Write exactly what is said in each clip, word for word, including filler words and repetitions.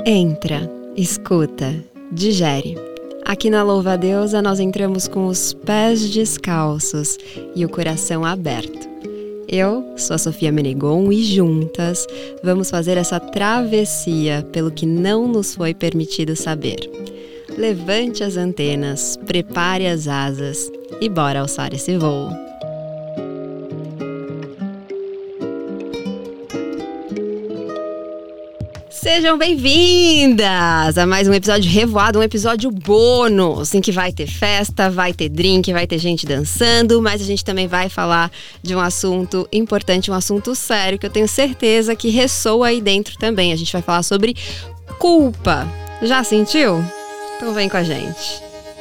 Entra, escuta, digere. Aqui na Louva a Deusa nós entramos com os pés descalços e o coração aberto. Eu sou a Sofia Menegon e juntas vamos fazer essa travessia pelo que não nos foi permitido saber. Levante as antenas, prepare as asas e bora alçar esse voo. Sejam bem-vindas a mais um episódio revoado, um episódio bônus, em que vai ter festa, vai ter drink, vai ter gente dançando, mas a gente também vai falar de um assunto importante, um assunto sério, que eu tenho certeza que ressoa aí dentro também. A gente vai falar sobre culpa. Já sentiu? Então vem com a gente.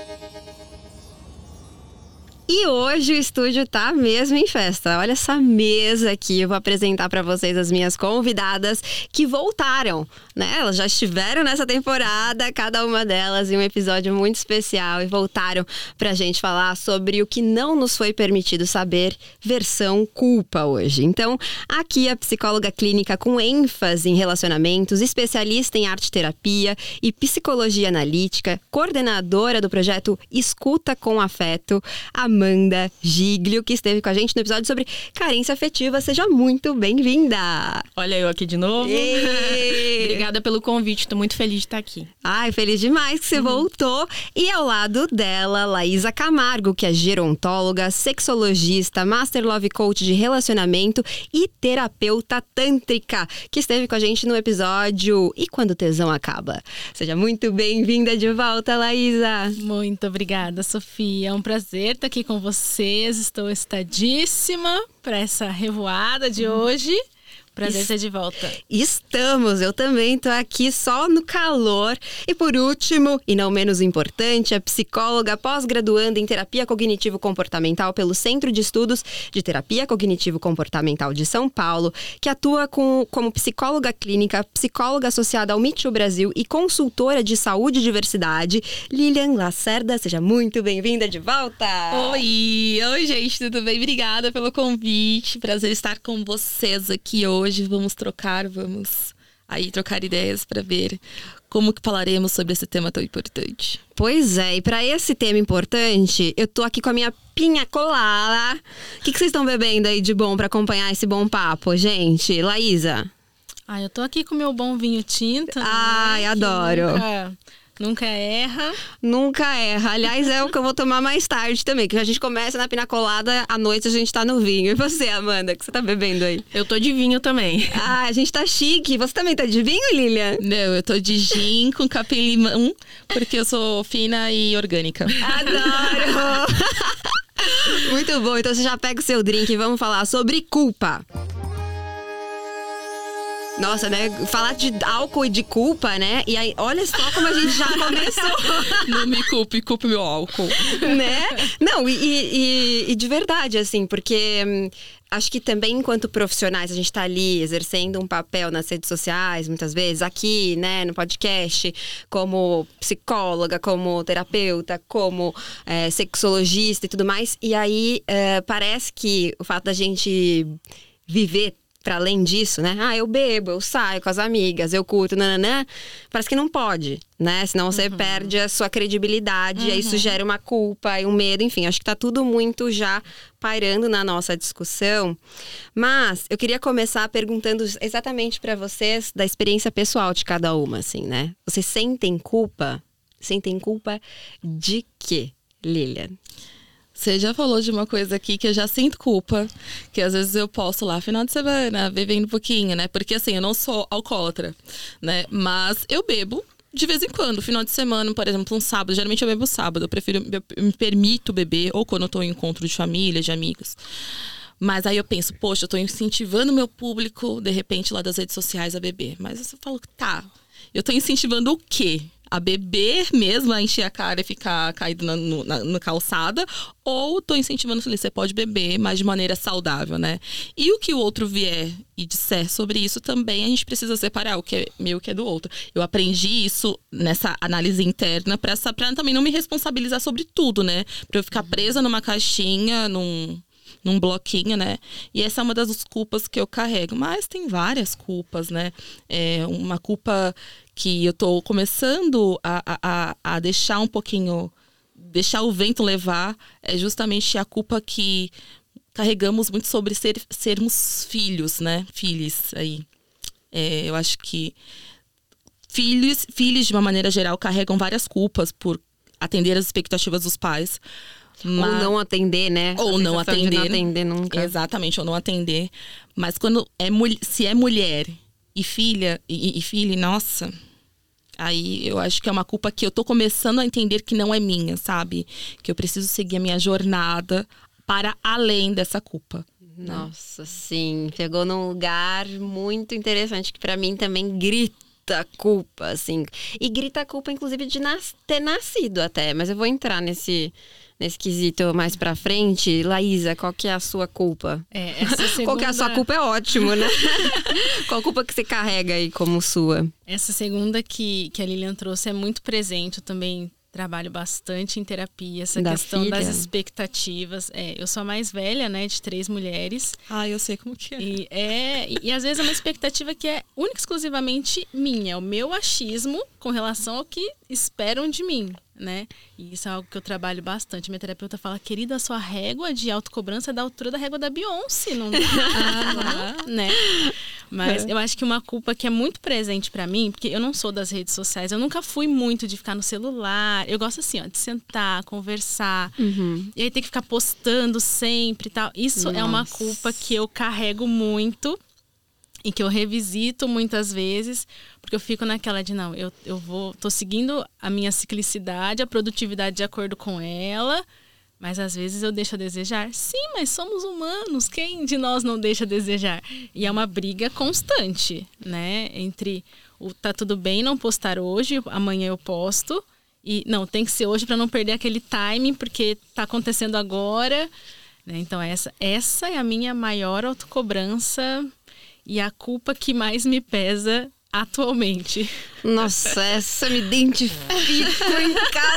E hoje o estúdio tá mesmo em festa. Olha essa mesa aqui, eu vou apresentar para vocês as minhas convidadas que voltaram, né? Elas já estiveram nessa temporada, cada uma delas em um episódio muito especial e voltaram pra gente falar sobre o que não nos foi permitido saber, versão culpa hoje. Então, aqui a psicóloga clínica com ênfase em relacionamentos, especialista em arte-terapia e psicologia analítica, coordenadora do projeto Escuta com Afeto, a Amanda Giglio, que esteve com a gente no episódio sobre carência afetiva. Seja muito bem-vinda! Olha eu aqui de novo. Obrigada pelo convite, tô muito feliz de estar aqui. Ai, feliz demais que você uhum. voltou. E ao lado dela, Laísa Camargo, que é gerontóloga, sexologista, Master Love Coach de relacionamento e terapeuta tântrica, que esteve com a gente no episódio E Quando o Tesão Acaba. Seja muito bem-vinda de volta, Laísa! Muito obrigada, Sofia. É um prazer estar aqui com vocês, estou excitadíssima para essa revoada de hoje. Prazer estar de volta. Estamos, eu também tô aqui só no calor. E por último, e não menos importante, a psicóloga pós-graduanda em terapia cognitivo-comportamental pelo Centro de Estudos de Terapia Cognitivo-Comportamental de São Paulo, que atua com, como psicóloga clínica, psicóloga associada ao Me Too Brasil e consultora de saúde e diversidade, Lilian Lacerda. Seja muito bem-vinda de volta! Oi! Oi, gente, tudo bem? Obrigada pelo convite. Prazer estar com vocês aqui hoje. Hoje vamos trocar, vamos aí trocar ideias para ver como que falaremos sobre esse tema tão importante. Pois é, e para esse tema importante, eu tô aqui com a minha pinha colada. O que, que vocês estão bebendo aí de bom para acompanhar esse bom papo, gente? Laísa? Ah, eu tô aqui com meu bom vinho tinto. Ai, né? adoro. Nunca, nunca erra. Nunca erra. Aliás, é o que eu vou tomar mais tarde também, que a gente começa na pina colada, à noite a gente tá no vinho. E você, Amanda, o que você tá bebendo aí? Eu tô de vinho também. Ah, a gente tá chique. Você também tá de vinho, Lilian? Não, eu tô de gin com capim-limão, porque eu sou fina e orgânica. Adoro! Muito bom. Então você já pega o seu drink e vamos falar sobre culpa. Nossa, né? Falar de álcool e de culpa, né? E aí, olha só como a gente já começou. Não me culpe, culpe meu álcool. Né? Não, e, e, e de verdade, assim, porque hum, acho que também enquanto profissionais, a gente tá ali exercendo um papel nas redes sociais, muitas vezes, aqui, né, no podcast, como psicóloga, como terapeuta, como é, sexologista e tudo mais. E aí, é, parece que o fato da gente viver para além disso, né? Ah, eu bebo, eu saio com as amigas, eu curto, nananã. Parece que não pode, né? Senão você uhum. perde a sua credibilidade, uhum. e aí isso gera uma culpa e um medo. Enfim, acho que tá tudo muito já pairando na nossa discussão. Mas eu queria começar perguntando exatamente para vocês da experiência pessoal de cada uma, assim, né? Vocês sentem culpa? Sentem culpa de quê, Lilian? Você já falou de uma coisa aqui que eu já sinto culpa, que às vezes eu posto lá, final de semana, bebendo um pouquinho, né? Porque assim, eu não sou alcoólatra, né? Mas eu bebo de vez em quando, final de semana, por exemplo, um sábado. Geralmente eu bebo sábado, eu prefiro, eu me permito beber, ou quando eu tô em encontro de família, de amigos. Mas aí eu penso, poxa, eu tô incentivando o meu público, de repente, lá das redes sociais a beber. Mas eu falo, tá, eu tô incentivando o quê? A beber mesmo, a encher a cara e ficar caído na, no, na, na calçada, ou tô incentivando, falei, você pode beber, mas de maneira saudável, né? E o que o outro vier e disser sobre isso também, a gente precisa separar o que é meu e o que é do outro. Eu aprendi isso nessa análise interna pra, pra também não me responsabilizar sobre tudo, né? Pra eu ficar presa numa caixinha, num... num bloquinho, né? E essa é uma das culpas que eu carrego. Mas tem várias culpas, né? É uma culpa que eu tô começando a, a, a deixar um pouquinho... Deixar o vento levar é justamente a culpa que carregamos muito sobre ser, sermos filhos, né? Filhos aí. É, eu acho que filhos, filhos, de uma maneira geral, carregam várias culpas por atender as expectativas dos pais. Mas... Ou não atender, né? Ou não atender. Não atender nunca. Exatamente, ou não atender. Mas quando é se é mulher e filha, e, e filha, nossa... Aí eu acho que é uma culpa que eu tô começando a entender que não é minha, sabe? Que eu preciso seguir a minha jornada para além dessa culpa. Nossa, né? Sim. Pegou num lugar muito interessante que pra mim também grita culpa, assim. E grita culpa, inclusive, de nas- ter nascido até. Mas eu vou entrar nesse... Nesse quesito mais pra frente. Laísa, qual que é a sua culpa? É, essa segunda... Qual que é a sua culpa é ótimo, né? Qual culpa que você carrega aí como sua? Essa segunda que, que a Lilian trouxe é muito presente. Eu também trabalho bastante em terapia. Essa Da questão filha? das expectativas. É, eu sou a mais velha, né, de três mulheres. Ah, eu sei como que é. E, é, e, e às vezes é uma expectativa que é única e exclusivamente minha. É o meu achismo com relação ao que esperam de mim, né? E isso é algo que eu trabalho bastante. Minha terapeuta fala, querida, a sua régua de autocobrança é da altura da régua da Beyoncé, não dá, não, né? Mas eu acho que uma culpa que é muito presente pra mim, porque eu não sou das redes sociais, eu nunca fui muito de ficar no celular. Eu gosto assim, ó, de sentar, conversar. Uhum. E aí ter que ficar postando sempre e tal. Isso Nossa. é uma culpa que eu carrego muito. E que eu revisito muitas vezes, porque eu fico naquela de, não, eu, eu vou, tô seguindo a minha ciclicidade, a produtividade de acordo com ela, mas às vezes eu deixo a desejar. Sim, mas somos humanos, quem de nós não deixa a desejar? E é uma briga constante, né? Entre o tá tudo bem não postar hoje, amanhã eu posto, e não, tem que ser hoje para não perder aquele timing, porque tá acontecendo agora, né? Então essa, essa é a minha maior autocobrança e a culpa que mais me pesa atualmente. Nossa, essa me identifico em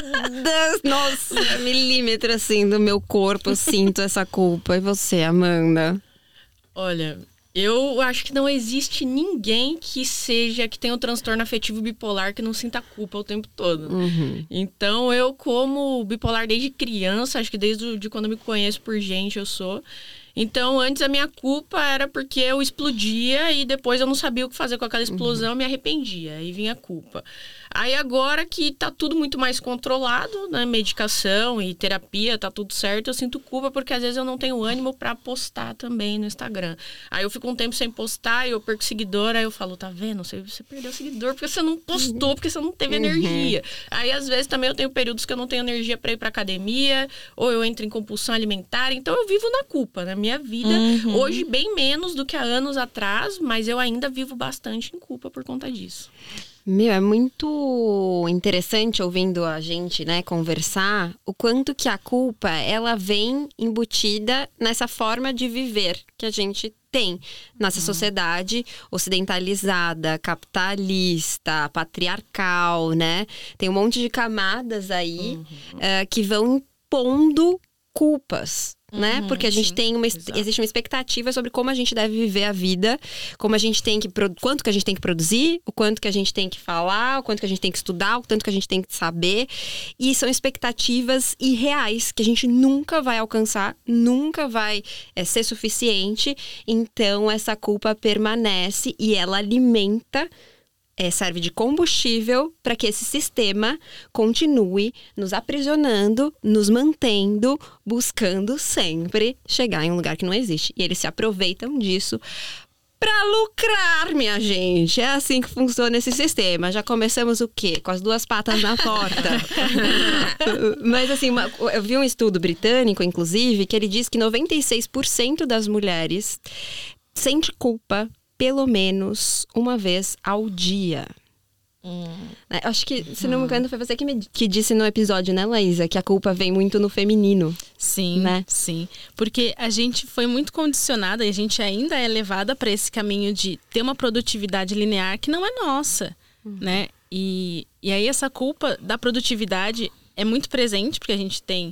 cada, nossa, milímetro assim do meu corpo. Eu sinto essa culpa. E você, Amanda? Olha, eu acho que não existe ninguém que seja, que tenha um transtorno afetivo bipolar que não sinta culpa o tempo todo. Uhum. Então, eu como bipolar desde criança, acho que desde de quando eu me conheço por gente eu sou. Então, antes a minha culpa era porque eu explodia e depois eu não sabia o que fazer com aquela explosão, uhum. me arrependia. Aí vinha a culpa. Aí agora que tá tudo muito mais controlado, né? Medicação e terapia, tá tudo certo, eu sinto culpa porque às vezes eu não tenho ânimo pra postar também no Instagram. Aí eu fico um tempo sem postar e eu perco seguidor, aí eu falo, tá vendo? Você, você perdeu seguidor porque você não postou, porque você não teve uhum. energia. Aí às vezes também eu tenho períodos que eu não tenho energia pra ir pra academia, ou eu entro em compulsão alimentar, então eu vivo na culpa, na minha vida. Uhum. Hoje bem menos do que há anos atrás, mas eu ainda vivo bastante em culpa por conta disso. Meu, é muito interessante ouvindo a gente, né, conversar, o quanto que a culpa, ela vem embutida nessa forma de viver que a gente tem. Nossa uhum. sociedade ocidentalizada, capitalista, patriarcal, né? Tem um monte de camadas aí uhum. uh, que vão impondo culpas. Né? Uhum, porque a gente sim, tem uma existe uma expectativa sobre como a gente deve viver a vida, como a gente tem que quanto que a gente tem que produzir, o quanto que a gente tem que falar, o quanto que a gente tem que estudar, o tanto que a gente tem que saber, e são expectativas irreais que a gente nunca vai alcançar, nunca vai é, ser suficiente. Então essa culpa permanece e ela alimenta É, serve de combustível para que esse sistema continue nos aprisionando, nos mantendo, buscando sempre chegar em um lugar que não existe. E eles se aproveitam disso para lucrar, minha gente. É assim que funciona esse sistema. Já começamos o quê? Com as duas patas na porta. Mas assim, uma, eu vi um estudo britânico, inclusive, que ele diz que noventa e seis por cento das mulheres sente culpa pelo menos uma vez ao dia. Hum. Acho que, se não me engano, foi você que, me, que disse no episódio, né, Laísa? Que a culpa vem muito no feminino. Sim, né? sim. Porque a gente foi muito condicionada e a gente ainda é levada para esse caminho de ter uma produtividade linear que não é nossa, hum. né? E, e aí essa culpa da produtividade é muito presente, porque a gente tem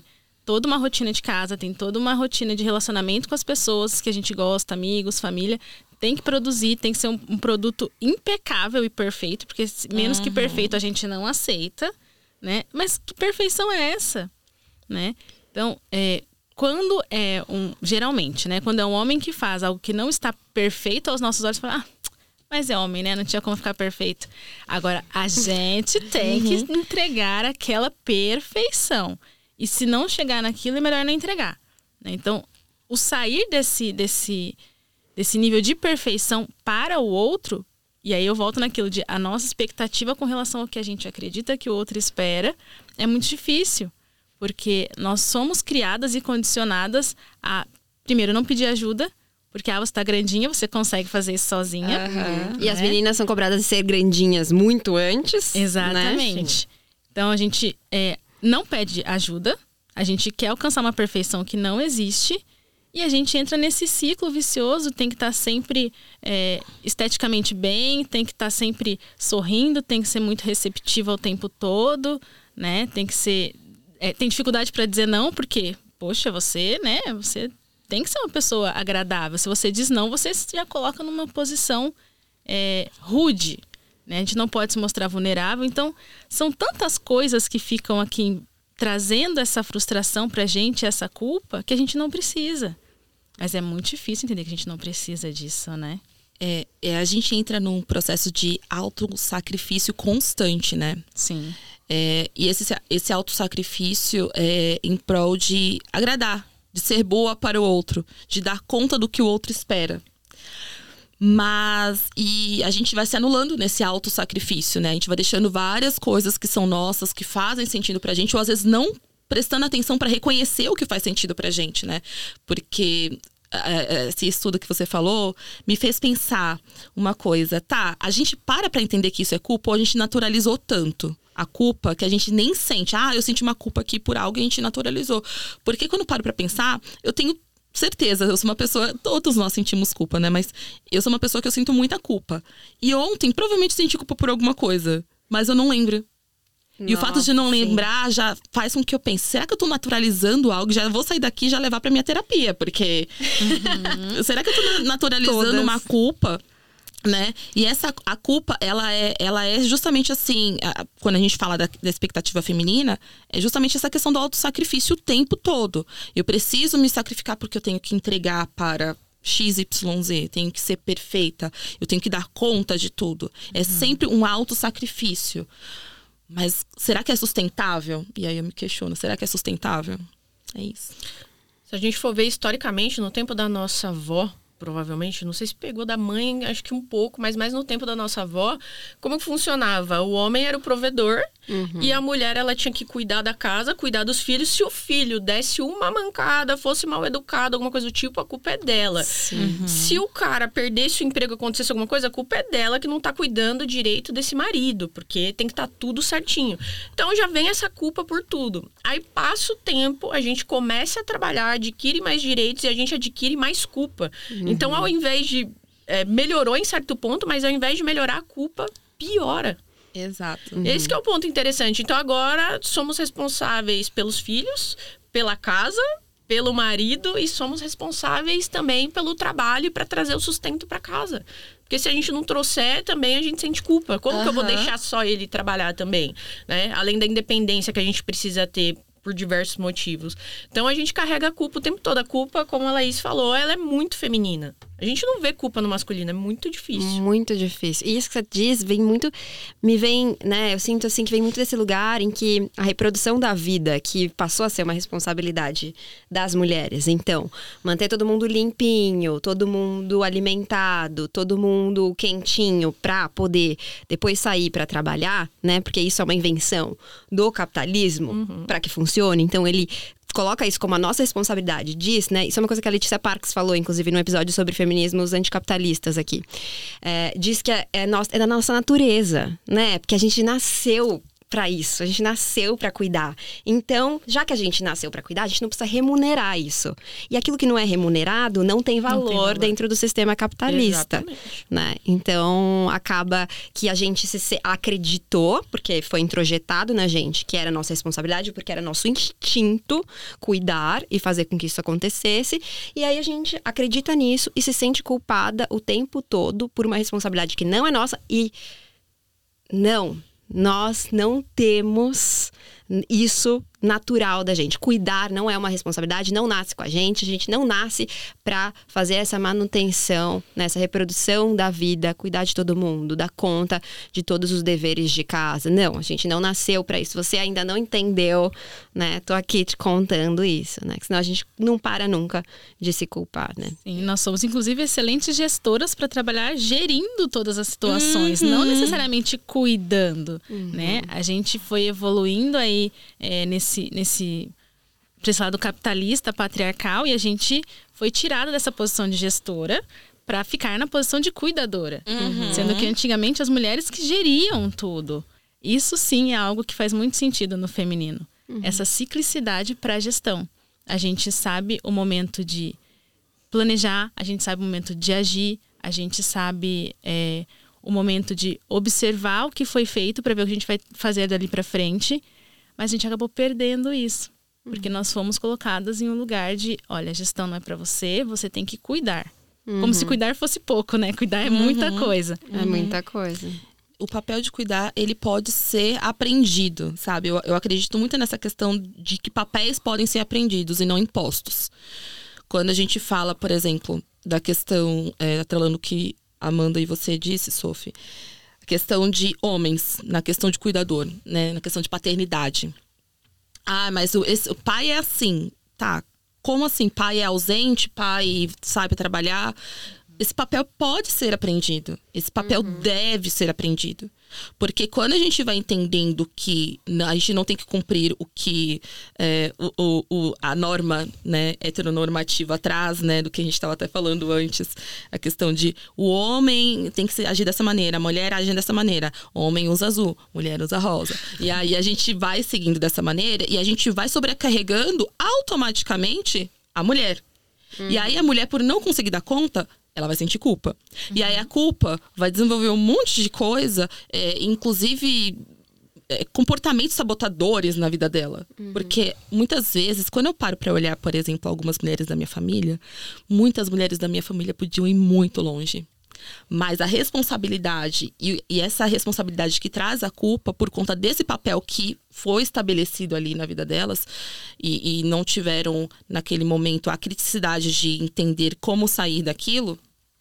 toda uma rotina de casa, tem toda uma rotina de relacionamento com as pessoas que a gente gosta, amigos, família. Tem que produzir, tem que ser um, um produto impecável e perfeito, porque menos uhum. que perfeito a gente não aceita, né? Mas que perfeição é essa, né? Então, é, quando é um... Geralmente, né? Quando é um homem que faz algo que não está perfeito aos nossos olhos, fala... Ah, mas é homem, né? Não tinha como ficar perfeito. Agora, a gente tem uhum. que entregar aquela perfeição. E se não chegar naquilo, é melhor não entregar, né? Então, o sair desse... desse desse nível de perfeição para o outro, e aí eu volto naquilo de a nossa expectativa com relação ao que a gente acredita que o outro espera, é muito difícil, porque nós somos criadas e condicionadas a, primeiro, não pedir ajuda, porque ah, você tá grandinha, você consegue fazer isso sozinha. Uhum. E né? As meninas são cobradas de ser grandinhas muito antes. Exatamente. Né? Então a gente é, não pede ajuda, a gente quer alcançar uma perfeição que não existe. E a gente entra nesse ciclo vicioso, tem que estar sempre é, esteticamente bem, tem que estar sempre sorrindo, tem que ser muito receptiva o tempo todo, né? Tem que ser... É, tem dificuldade para dizer não, porque, poxa, você, né? Você tem que ser uma pessoa agradável. Se você diz não, você já coloca numa posição é, rude, né? A gente não pode se mostrar vulnerável. Então, são tantas coisas que ficam aqui trazendo essa frustração pra gente, essa culpa, que a gente não precisa. Mas é muito difícil entender que a gente não precisa disso, né? É, é, a gente entra num processo de autossacrifício constante, né? Sim. É, e esse, esse autossacrifício é em prol de agradar, de ser boa para o outro, de dar conta do que o outro espera. Mas, e a gente vai se anulando nesse autossacrifício, né? A gente vai deixando várias coisas que são nossas, que fazem sentido pra gente, ou às vezes não prestando atenção para reconhecer o que faz sentido pra gente, né? Porque esse estudo que você falou me fez pensar uma coisa. Tá, a gente para pra entender que isso é culpa, ou a gente naturalizou tanto a culpa que a gente nem sente. Ah, eu senti uma culpa aqui por algo e a gente naturalizou. Porque quando eu paro pra pensar, eu tenho certeza, eu sou uma pessoa... Todos nós sentimos culpa, né? Mas eu sou uma pessoa que eu sinto muita culpa. E ontem, provavelmente, senti culpa por alguma coisa. Mas eu não lembro. E Nossa, o fato de não lembrar sim. já faz com que eu pense, será que eu tô naturalizando algo? Já vou sair daqui e já levar pra minha terapia, porque... Uhum. Será que eu tô naturalizando Todas. uma culpa, né? E essa, a culpa, ela é, ela é justamente assim, a, quando a gente fala da, da expectativa feminina, é justamente essa questão do autossacrifício o tempo todo. Eu preciso me sacrificar porque eu tenho que entregar para... X Y Z, tenho que ser perfeita, eu tenho que dar conta de tudo. É uhum. sempre um autossacrifício. Mas será que é sustentável? E aí eu me questiono, será que é sustentável? É isso. Se a gente for ver historicamente, no tempo da nossa avó, provavelmente, não sei se pegou da mãe, acho que um pouco, mas mais no tempo da nossa avó, como que funcionava? O homem era o provedor uhum. e a mulher, ela tinha que cuidar da casa, cuidar dos filhos. Se o filho desse uma mancada, fosse mal educado, alguma coisa do tipo, a culpa é dela. Uhum. Se o cara perdesse o emprego, acontecesse alguma coisa, a culpa é dela que não tá cuidando direito desse marido, porque tem que estar tá tudo certinho. Então já vem essa culpa por tudo. Aí passa o tempo, a gente começa a trabalhar, adquire mais direitos e a gente adquire mais culpa. Uhum. Então, ao invés de... É, melhorou em certo ponto, mas ao invés de melhorar, a culpa piora. Exato. Uhum. Esse que é o ponto interessante. Então, agora, somos responsáveis pelos filhos, pela casa, pelo marido e somos responsáveis também pelo trabalho para trazer o sustento para casa. Porque se a gente não trouxer, também a gente sente culpa. Como uhum. que eu vou deixar só ele trabalhar também? Né? Além da independência que a gente precisa ter por diversos motivos. Então, a gente carrega a culpa o tempo todo. A culpa, como a Laís falou, ela é muito feminina. A gente não vê culpa no masculino, é muito difícil. Muito difícil. E isso que você diz, vem muito... Me vem, né, eu sinto assim que vem muito desse lugar em que a reprodução da vida, que passou a ser uma responsabilidade das mulheres. Então, manter todo mundo limpinho, todo mundo alimentado, todo mundo quentinho pra poder depois sair pra trabalhar, né? Porque isso é uma invenção do capitalismo uhum. pra que funcione. Então, ele... coloca isso como a nossa responsabilidade, diz, né? Isso é uma coisa que a Letícia Parks falou, inclusive, no episódio sobre feminismos anticapitalistas aqui. É, diz que é, é, nossa, é da nossa natureza, né? Porque a gente nasceu pra isso, a gente nasceu pra cuidar. Então, já que a gente nasceu pra cuidar, a gente não precisa remunerar isso. E aquilo que não é remunerado não tem valor, não tem valor. dentro do sistema capitalista. Exatamente. Né? Então, acaba que a gente se se acreditou, porque foi introjetado na gente, que era nossa responsabilidade, porque era nosso instinto cuidar e fazer com que isso acontecesse. E aí a gente acredita nisso e se sente culpada o tempo todo por uma responsabilidade que não é nossa. E não, nós não temos isso natural da gente. Cuidar não é uma responsabilidade, não nasce com a gente. A gente não nasce para fazer essa manutenção, né, essa reprodução da vida, cuidar de todo mundo, dar conta de todos os deveres de casa. Não, a gente não nasceu para isso. Você ainda não entendeu, né? Tô aqui te contando isso, né? Senão a gente não para nunca de se culpar, né? Sim, nós somos inclusive excelentes gestoras para trabalhar gerindo todas as situações, Uhum. não necessariamente cuidando, Uhum. né? A gente foi evoluindo aí é, nesse nesse para esse lado capitalista, patriarcal, e a gente foi tirada dessa posição de gestora para ficar na posição de cuidadora. Uhum. Sendo que antigamente as mulheres que geriam tudo. Isso sim é algo que faz muito sentido no feminino. Uhum. Essa ciclicidade para a gestão. A gente sabe o momento de planejar, a gente sabe o momento de agir, a gente sabe é, o momento de observar o que foi feito para ver o que a gente vai fazer dali para frente. Mas a gente acabou perdendo isso. Porque nós fomos colocadas em um lugar de, olha, a gestão não é para você, você tem que cuidar. Uhum. Como se cuidar fosse pouco, né? Cuidar é muita Uhum. coisa. É Uhum. muita coisa. O papel de cuidar, ele pode ser aprendido, sabe? Eu, eu acredito muito nessa questão de que papéis podem ser aprendidos e não impostos. Quando a gente fala, por exemplo, da questão, é, atrelando o que a Amanda e você disse, Sophie, a questão de homens, na questão de cuidador, né? Na questão de paternidade. Ah, mas o, esse, o pai é assim, tá? Como assim? Pai é ausente, pai sai para trabalhar. Esse papel pode ser aprendido. Esse papel uhum. deve ser aprendido. Porque quando a gente vai entendendo que a gente não tem que cumprir o que é, o, o, a norma, né, heteronormativa traz, né, do que a gente estava até falando antes. A questão de o homem tem que agir dessa maneira, a mulher age dessa maneira. O homem usa azul, mulher usa rosa. E aí a gente vai seguindo dessa maneira e a gente vai sobrecarregando automaticamente a mulher. Uhum. E aí a mulher, por não conseguir dar conta, ela vai sentir culpa. Uhum. E aí a culpa vai desenvolver um monte de coisa, é, inclusive é, comportamentos sabotadores na vida dela. Uhum. Porque muitas vezes, quando eu paro para olhar, por exemplo, algumas mulheres da minha família, muitas mulheres da minha família podiam ir muito longe. Mas a responsabilidade, e, e essa responsabilidade que traz a culpa por conta desse papel que foi estabelecido ali na vida delas, e, e não tiveram, naquele momento, a criticidade de entender como sair daquilo,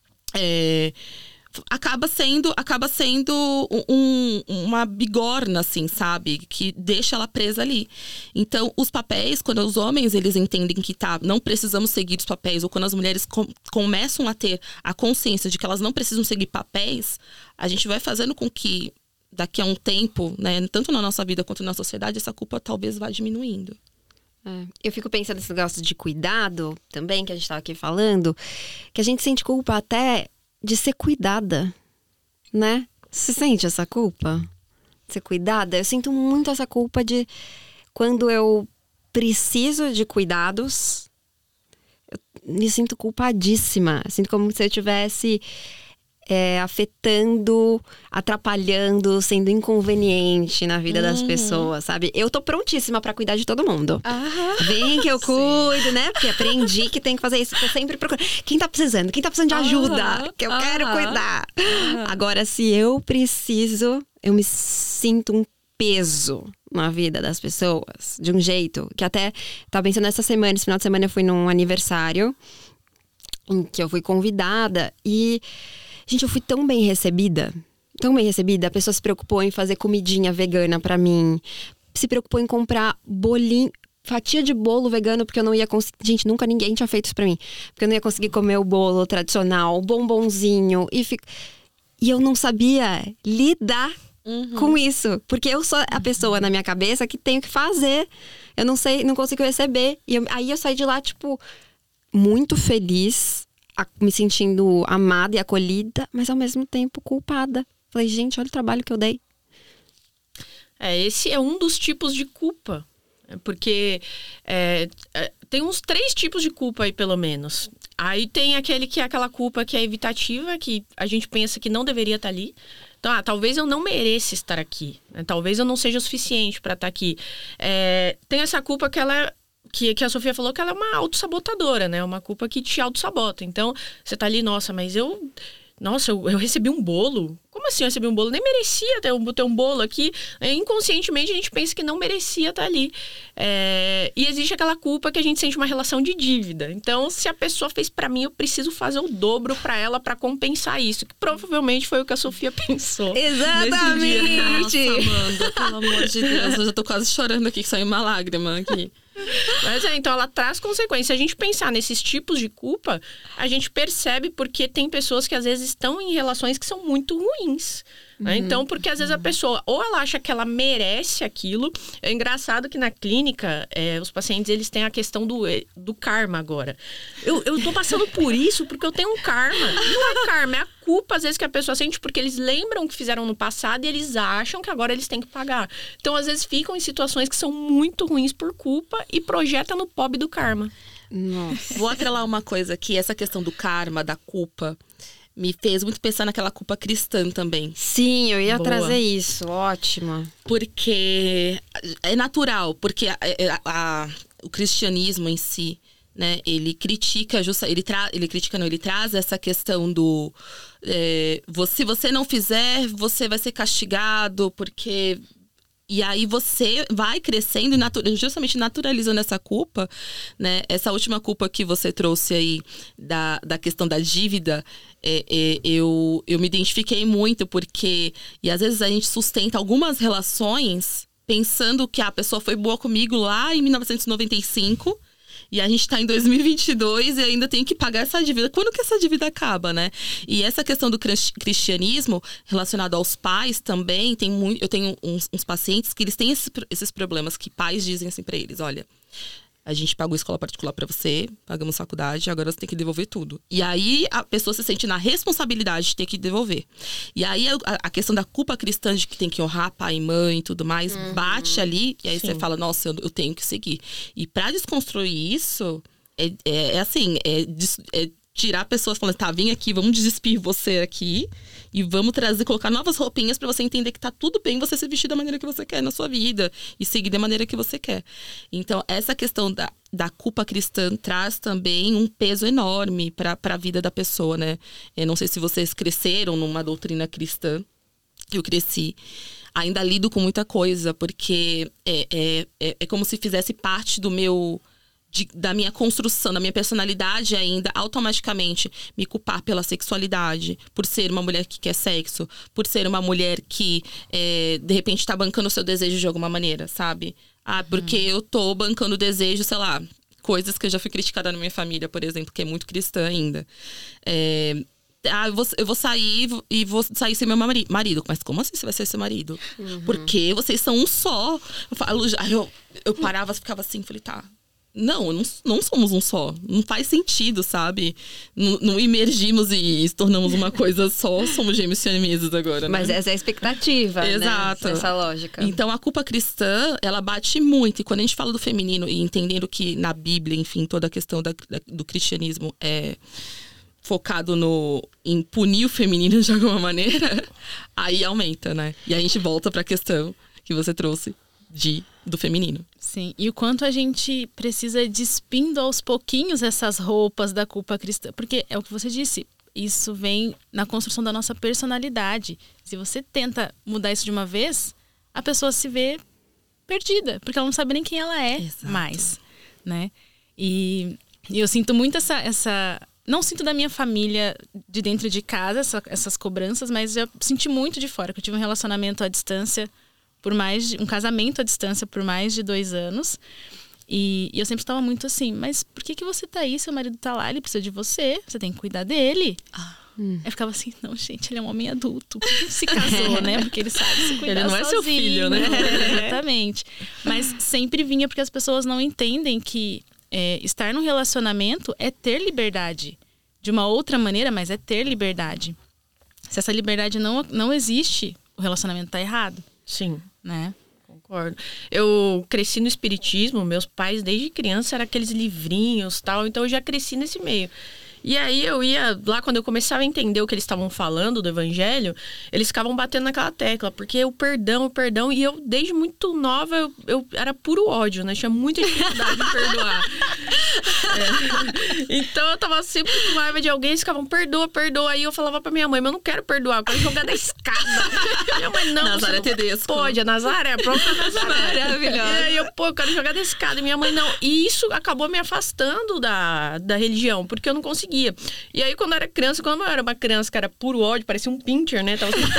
é, acaba sendo, acaba sendo um, uma bigorna, assim, sabe? Que deixa ela presa ali. Então, os papéis, quando os homens, eles entendem que tá, não precisamos seguir os papéis, ou quando as mulheres com, começam a ter a consciência de que elas não precisam seguir papéis, a gente vai fazendo com que, daqui a um tempo, né, tanto na nossa vida quanto na sociedade, essa culpa talvez vá diminuindo. É. Eu fico pensando nesse negócio de cuidado também, que a gente tava aqui falando, que a gente sente culpa até de ser cuidada, né? Você sente essa culpa? De ser cuidada? Eu sinto muito essa culpa de quando eu preciso de cuidados, eu me sinto culpadíssima. Eu sinto como se eu estivesse é, afetando, atrapalhando, sendo inconveniente na vida uhum. das pessoas, sabe? Eu tô prontíssima pra cuidar de todo mundo. Ah, Vem que eu cuido, né? Porque aprendi que tem que fazer isso. Tô sempre procurando. Quem tá precisando? Quem tá precisando de ajuda? Uhum. Que eu uhum. quero cuidar. Uhum. Agora, se eu preciso, eu me sinto um peso na vida das pessoas. De um jeito que até... Tava pensando essa semana, esse final de semana eu fui num aniversário em que eu fui convidada e... Gente, eu fui tão bem recebida, tão bem recebida. A pessoa se preocupou em fazer comidinha vegana pra mim. Se preocupou em comprar bolinho, fatia de bolo vegano, porque eu não ia conseguir... Gente, nunca ninguém tinha feito isso pra mim. Porque eu não ia conseguir comer o bolo tradicional, o bombonzinho. E, fi... e eu não sabia lidar uhum. com isso. Porque eu sou a pessoa na minha cabeça que tenho que fazer. Eu não sei, não consigo receber. E eu... aí eu saí de lá, tipo, muito feliz, me sentindo amada e acolhida, mas ao mesmo tempo culpada. Falei, gente, olha o trabalho que eu dei. É, esse é um dos tipos de culpa. Porque é, é, tem uns três tipos de culpa aí, pelo menos. Aí tem aquele que é aquela culpa que é evitativa, que a gente pensa que não deveria estar ali. Então, ah, talvez eu não mereça estar aqui. Né? Talvez eu não seja o suficiente para estar aqui. É, tem essa culpa que ela... Que, que a Sofia falou que ela é uma autossabotadora, né? Uma culpa que te autossabota. Então, você tá ali, nossa, mas eu... Nossa, eu, eu recebi um bolo. Como assim eu recebi um bolo? Nem merecia ter um, ter um bolo aqui. Inconscientemente, a gente pensa que não merecia estar ali. É, e existe aquela culpa que a gente sente uma relação de dívida. Então, se a pessoa fez pra mim, eu preciso fazer o dobro pra ela pra compensar isso. Que provavelmente foi o que a Sofia pensou. Exatamente! Nossa, Amanda, pelo amor de Deus. Eu já tô quase chorando aqui, que saiu uma lágrima aqui. Mas é, então ela traz consequências. Se a gente pensar nesses tipos de culpa, a gente percebe porque tem pessoas que às vezes estão em relações que são muito ruins. Né? Uhum. Então, porque às vezes a pessoa, ou ela acha que ela merece aquilo. É engraçado que na clínica, é, os pacientes, eles têm a questão do, do karma agora. Eu, eu tô passando por isso porque eu tenho um karma. Não é karma, é a culpa, às vezes, que a pessoa sente porque eles lembram o que fizeram no passado e eles acham que agora eles têm que pagar. Então, às vezes, ficam em situações que são muito ruins por culpa e projetam no pobre do karma. Nossa. Vou atrelar uma coisa aqui, essa questão do karma, da culpa, me fez muito pensar naquela culpa cristã também. Sim, eu ia Boa. trazer isso, ótima. Porque é natural, porque a, a, a, o cristianismo em si, né, ele critica, justa, ele, tra, ele critica, não, ele traz essa questão do é, você, se você não fizer, você vai ser castigado, porque... E aí você vai crescendo e natu- justamente naturalizando essa culpa, né? Essa última culpa que você trouxe aí da, da questão da dívida, é, é, eu, eu me identifiquei muito porque... E às vezes a gente sustenta algumas relações pensando que a pessoa foi boa comigo lá em mil novecentos e noventa e cinco... E a gente tá em dois mil e vinte e dois e ainda tem que pagar essa dívida. Quando que essa dívida acaba, né? E essa questão do cristianismo relacionado aos pais também, tem muito, eu tenho uns, uns pacientes que eles têm esses, esses problemas, que pais dizem assim pra eles, olha... A gente pagou escola particular pra você, pagamos faculdade, agora você tem que devolver tudo. E aí a pessoa se sente na responsabilidade de ter que devolver. E aí a, a questão da culpa cristã de que tem que honrar pai e mãe e tudo mais, uhum. bate ali, e aí Sim. você fala, nossa, eu, eu tenho que seguir. E pra desconstruir isso, é, é, é assim, é, é tirar a pessoa falando, tá, vem aqui, vamos despir você aqui. E vamos trazer, colocar novas roupinhas pra você entender que tá tudo bem você se vestir da maneira que você quer na sua vida. E seguir da maneira que você quer. Então, essa questão da, da culpa cristã traz também um peso enorme pra, pra vida da pessoa, né? Eu não sei se vocês cresceram numa doutrina cristã. Eu cresci. Ainda lido com muita coisa, porque é, é, é, é como se fizesse parte do meu... De, da minha construção, da minha personalidade ainda, automaticamente me culpar pela sexualidade, por ser uma mulher que quer sexo, por ser uma mulher que, é, de repente, tá bancando o seu desejo de alguma maneira, sabe? Ah, porque hum. eu tô bancando o desejo, sei lá, coisas que eu já fui criticada na minha família, por exemplo, que é muito cristã ainda. É... Ah, eu vou, eu vou sair e vou sair sem meu mari- marido. Mas como assim você vai ser seu marido? Uhum. Porque vocês são um só. Eu, falo, eu, eu parava, ficava assim, falei, tá... Não, não, não somos um só. Não faz sentido, sabe? Não, não emergimos e se tornamos uma coisa só. Somos gêmeos siameses agora, né? Mas essa é a expectativa, Exato. Né? Essa lógica. Então, a culpa cristã, ela bate muito. E quando a gente fala do feminino e entendendo que na Bíblia, enfim, toda a questão da, da, do cristianismo é focado no, em punir o feminino de alguma maneira, aí aumenta, né? E a gente volta pra questão que você trouxe de... do feminino. Sim, e o quanto a gente precisa ir despindo aos pouquinhos essas roupas da culpa cristã. Porque é o que você disse, isso vem na construção da nossa personalidade. Se você tenta mudar isso de uma vez, a pessoa se vê perdida, porque ela não sabe nem quem ela é Exato. mais, né? E, e eu sinto muito essa, essa... Não sinto da minha família de dentro de casa, essa, essas cobranças, mas eu senti muito de fora, que eu tive um relacionamento à distância por mais de, um casamento à distância por mais de dois anos. E, e eu sempre estava muito assim, mas por que que você tá aí? Seu marido tá lá, ele precisa de você, você tem que cuidar dele. Ah, hum. Eu ficava assim, não, gente, ele é um homem adulto. Se casou, né? Porque ele sabe se cuidar Ele não sozinho, é seu filho, né? É, exatamente. Mas sempre vinha porque as pessoas não entendem que é, estar num relacionamento é ter liberdade. De uma outra maneira, mas é ter liberdade. Se essa liberdade não, não existe, o relacionamento tá errado. Sim. Né? Concordo. Eu cresci no espiritismo, meus pais desde criança eram aqueles livrinhos e tal, então eu já cresci nesse meio. E aí eu ia, lá quando eu começava a entender o que eles estavam falando do evangelho, eles ficavam batendo naquela tecla, porque o perdão, o perdão, e eu desde muito nova, eu, eu era puro ódio, né? Tinha muita dificuldade de perdoar. É. Então eu tava sempre com raiva de alguém, eles ficavam, perdoa, perdoa. Aí eu falava pra minha mãe, mas eu não quero perdoar, eu quero jogar da escada. Minha mãe, não, Nazaré Tedesco. Pode, a Nazaré, a própria Nazaré. Maravilhosa. E aí eu, pô, eu quero jogar da escada. E minha mãe, não. E isso acabou me afastando da, da religião, porque eu não conseguia. E aí, quando eu era criança, quando eu era uma criança que era puro ódio, parecia um pincher, né? Tava sempre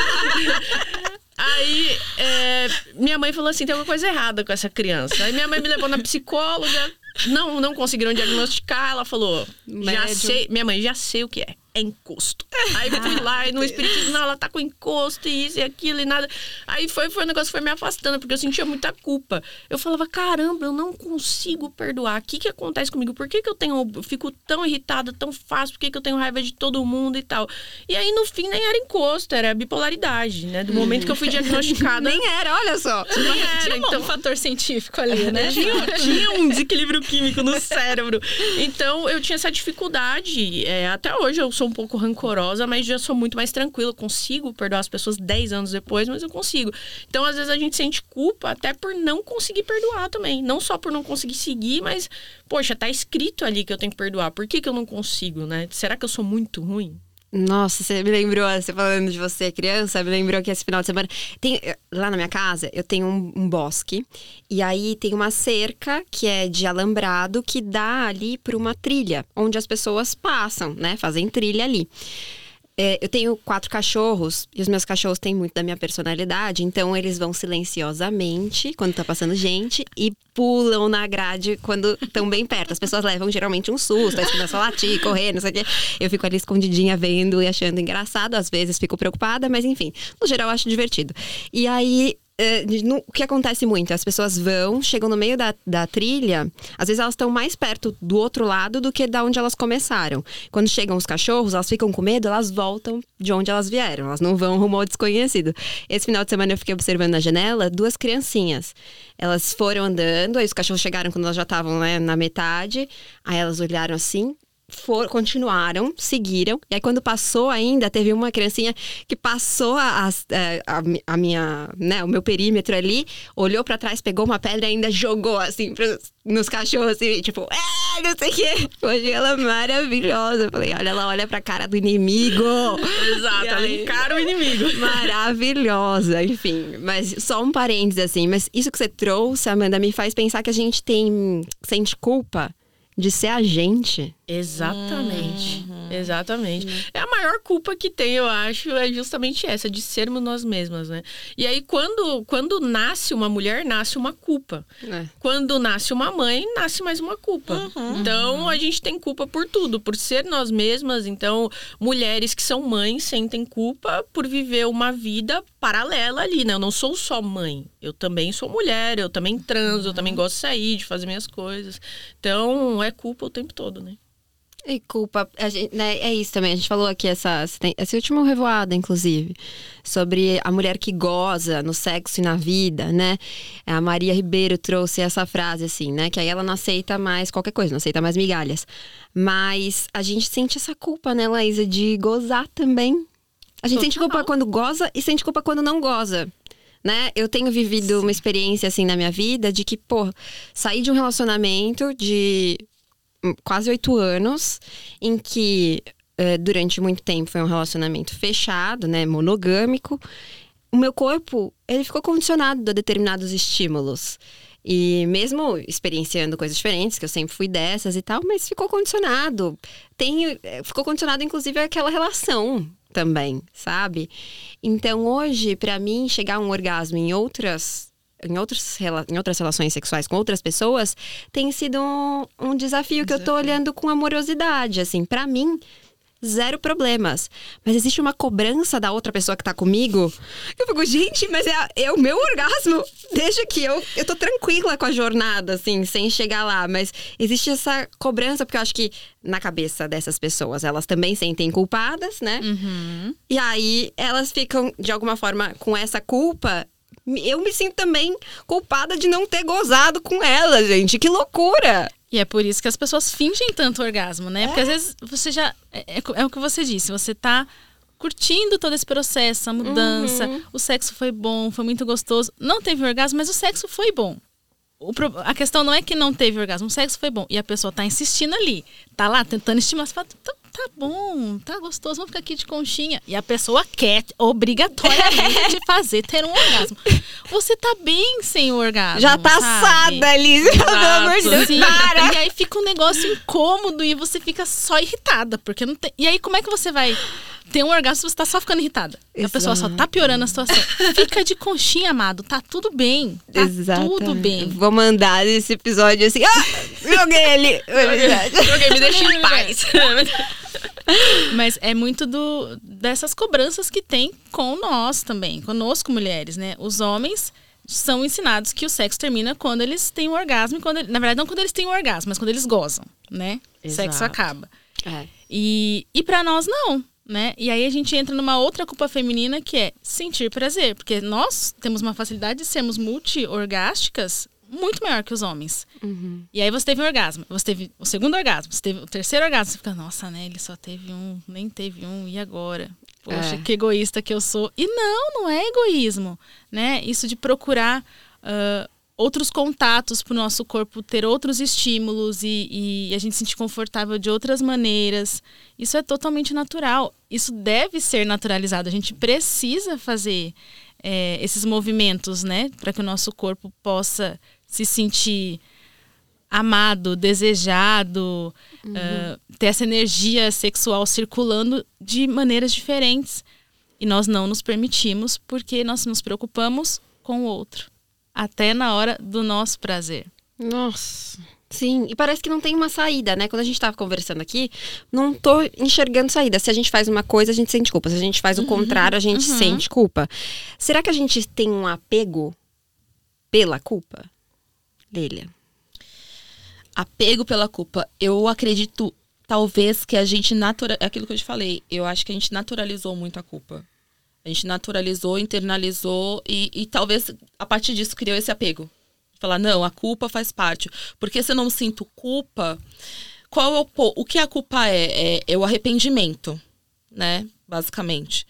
Aí, é, minha mãe falou assim, tem alguma coisa errada com essa criança. Aí minha mãe me levou na psicóloga, não, não conseguiram diagnosticar. Ela falou, já Médium. sei, minha mãe, já sei o que é. É encosto. Aí fui lá e no espiritismo, não, ela tá com encosto e isso e aquilo e nada. Aí foi, foi um negócio que foi me afastando, porque eu sentia muita culpa. Eu falava, caramba, eu não consigo perdoar. O que que acontece comigo? Por que que eu tenho, eu fico tão irritada, tão fácil? Por que que eu tenho raiva de todo mundo e tal? E aí, no fim, nem era encosto, era bipolaridade, né? Do momento que eu fui diagnosticada... Nem era, olha só. Nem era, Tinha então... um fator científico ali, né? Tinha, tinha um desequilíbrio químico no cérebro. Então, eu tinha essa dificuldade. É, até hoje eu sou um pouco rancorosa, mas já sou muito mais tranquila. Eu consigo perdoar as pessoas dez anos depois, mas eu consigo. Então, às vezes, a gente sente culpa até por não conseguir perdoar também. Não só por não conseguir seguir, mas, poxa, tá escrito ali que eu tenho que perdoar. Por que que eu não consigo, né? Será que eu sou muito ruim? Nossa, você me lembrou, você falando de você criança, me lembrou que esse final de semana tem, lá na minha casa eu tenho um, um bosque e aí tem uma cerca que é de alambrado que dá ali para uma trilha onde as pessoas passam, né, fazem trilha ali. É, eu tenho quatro cachorros e os meus cachorros têm muito da minha personalidade, então eles vão silenciosamente quando tá passando gente e pulam na grade quando estão bem perto. As pessoas levam geralmente um susto, aí eles começam a latir, correr, não sei o quê. Eu fico ali escondidinha vendo e achando engraçado, às vezes fico preocupada, mas enfim, no geral eu acho divertido. E aí, é, no, o que acontece muito? As pessoas vão, chegam no meio da, da trilha, às vezes elas estão mais perto do outro lado do que da onde elas começaram. Quando chegam os cachorros, elas ficam com medo, elas voltam de onde elas vieram, elas não vão rumo ao desconhecido. Esse final de semana eu fiquei observando na janela duas criancinhas. Elas foram andando, aí os cachorros chegaram quando elas já estavam, né, na metade, aí elas olharam assim, For, continuaram, seguiram. E aí, quando passou ainda, teve uma criancinha que passou a, a, a, a minha, né, o meu perímetro ali, olhou pra trás, pegou uma pedra e ainda jogou, assim, pros, nos cachorros, assim, tipo, é, não sei o quê. Eu achei ela maravilhosa. Eu falei, olha, ela olha pra cara do inimigo. Exato, ela encara o inimigo. Maravilhosa, enfim. Mas só um parênteses, assim. Mas isso que você trouxe, Amanda, me faz pensar que a gente tem, sente culpa de ser a gente. Exatamente, Uhum. exatamente. Uhum. É a maior culpa que tem, eu acho, é justamente essa, de sermos nós mesmas, né? E aí, quando, quando nasce uma mulher, nasce uma culpa. É. Quando nasce uma mãe, nasce mais uma culpa. Uhum. Então, a gente tem culpa por tudo, por ser nós mesmas. Então, mulheres que são mães sentem culpa por viver uma vida paralela ali, né? Eu não sou só mãe, eu também sou mulher, eu também transo, uhum. eu também gosto de sair, de fazer minhas coisas. Então, é culpa o tempo todo, né? E culpa, a gente, né, é isso também. A gente falou aqui essa, esse último revoada, inclusive, sobre a mulher que goza no sexo e na vida, né? A Maria Ribeiro trouxe essa frase, assim, né? Que aí ela não aceita mais qualquer coisa, não aceita mais migalhas. Mas a gente sente essa culpa, né, Laísa, de gozar também. A gente Total. Sente culpa quando goza e sente culpa quando não goza. Né? Eu tenho vivido Sim. uma experiência, assim, na minha vida de que, pô, saí de um relacionamento de quase oito anos, em que uh, durante muito tempo foi um relacionamento fechado, né, monogâmico. O meu corpo, ele ficou condicionado a determinados estímulos. E mesmo experienciando coisas diferentes, que eu sempre fui dessas e tal, mas ficou condicionado. Tem, ficou condicionado, inclusive, àquela relação também, sabe? Então, hoje, pra mim, chegar a um orgasmo em outras... Em, outros, em outras relações sexuais com outras pessoas, tem sido um, um desafio que desafio. eu tô olhando com amorosidade, assim, pra mim, zero problemas. Mas existe uma cobrança da outra pessoa que tá comigo, eu fico, gente, mas é, é o meu orgasmo, deixa que eu, eu tô tranquila com a jornada, assim, sem chegar lá, mas existe essa cobrança, porque eu acho que na cabeça dessas pessoas, elas também sentem culpadas, né? Uhum. E aí, elas ficam, de alguma forma, com essa culpa, eu me sinto também culpada de não ter gozado com ela, gente. Que loucura! E é por isso que as pessoas fingem tanto orgasmo, né? É. Porque às vezes você já... É, é o que você disse, você tá curtindo todo esse processo, a mudança, uhum. o sexo foi bom, foi muito gostoso. Não teve orgasmo, mas o sexo foi bom. O pro... A questão não é que não teve orgasmo, o sexo foi bom. E a pessoa tá insistindo ali, tá lá tentando estimar, você fala, tá, tá bom, tá gostoso, vamos ficar aqui de conchinha. E a pessoa quer, obrigatoriamente, te fazer ter um orgasmo. Você tá bem sem o orgasmo, já tá sabe? assada ali, pelo amor de Deus, Sim. para! E aí fica um negócio incômodo e você fica só irritada, porque não tem... E aí como é que você vai ter um orgasmo se você tá só ficando irritada? Exato. A pessoa só tá piorando a situação. Fica de conchinha, amado, tá tudo bem, tá Exatamente. tudo bem. Vou mandar esse episódio assim, ah, joguei ali. Joguei, me deixa em paz. Mas é muito do, dessas cobranças que tem com nós também, conosco mulheres, né? Os homens são ensinados que o sexo termina quando eles têm um orgasmo, quando, na verdade não quando eles têm um orgasmo, mas quando eles gozam, né? O sexo acaba. É. E, e pra nós não, né? E aí a gente entra numa outra culpa feminina que é sentir prazer, porque nós temos uma facilidade de sermos multi-orgásticas muito maior que os homens. Uhum. E aí você teve um orgasmo, você teve o segundo orgasmo, você teve o terceiro orgasmo, você fica, nossa, né, ele só teve um, nem teve um, e agora? Poxa, é. que egoísta que eu sou. E não, não é egoísmo, né? Isso de procurar uh, outros contatos pro nosso corpo, ter outros estímulos e, e a gente se sentir confortável de outras maneiras. Isso é totalmente natural. Isso deve ser naturalizado. A gente precisa fazer é, esses movimentos, né? Para que o nosso corpo possa se sentir amado, desejado, uhum. uh, ter essa energia sexual circulando de maneiras diferentes. E nós não nos permitimos porque nós nos preocupamos com o outro. Até na hora do nosso prazer. Nossa, sim. E parece que não tem uma saída, né? Quando a gente tava conversando aqui, não tô enxergando saída. Se a gente faz uma coisa, a gente sente culpa. Se a gente faz o uhum. contrário, a gente uhum. sente culpa. Será que a gente tem um apego pela culpa? Lélia. Apego pela culpa. Eu acredito, talvez, que a gente naturalizou... É aquilo que eu te falei. Eu acho que a gente naturalizou muito a culpa. A gente naturalizou, internalizou e, e talvez, a partir disso, criou esse apego. Falar, não, a culpa faz parte. Porque se eu não sinto culpa... Qual é o... O que a culpa é? É, é o arrependimento, né? Basicamente.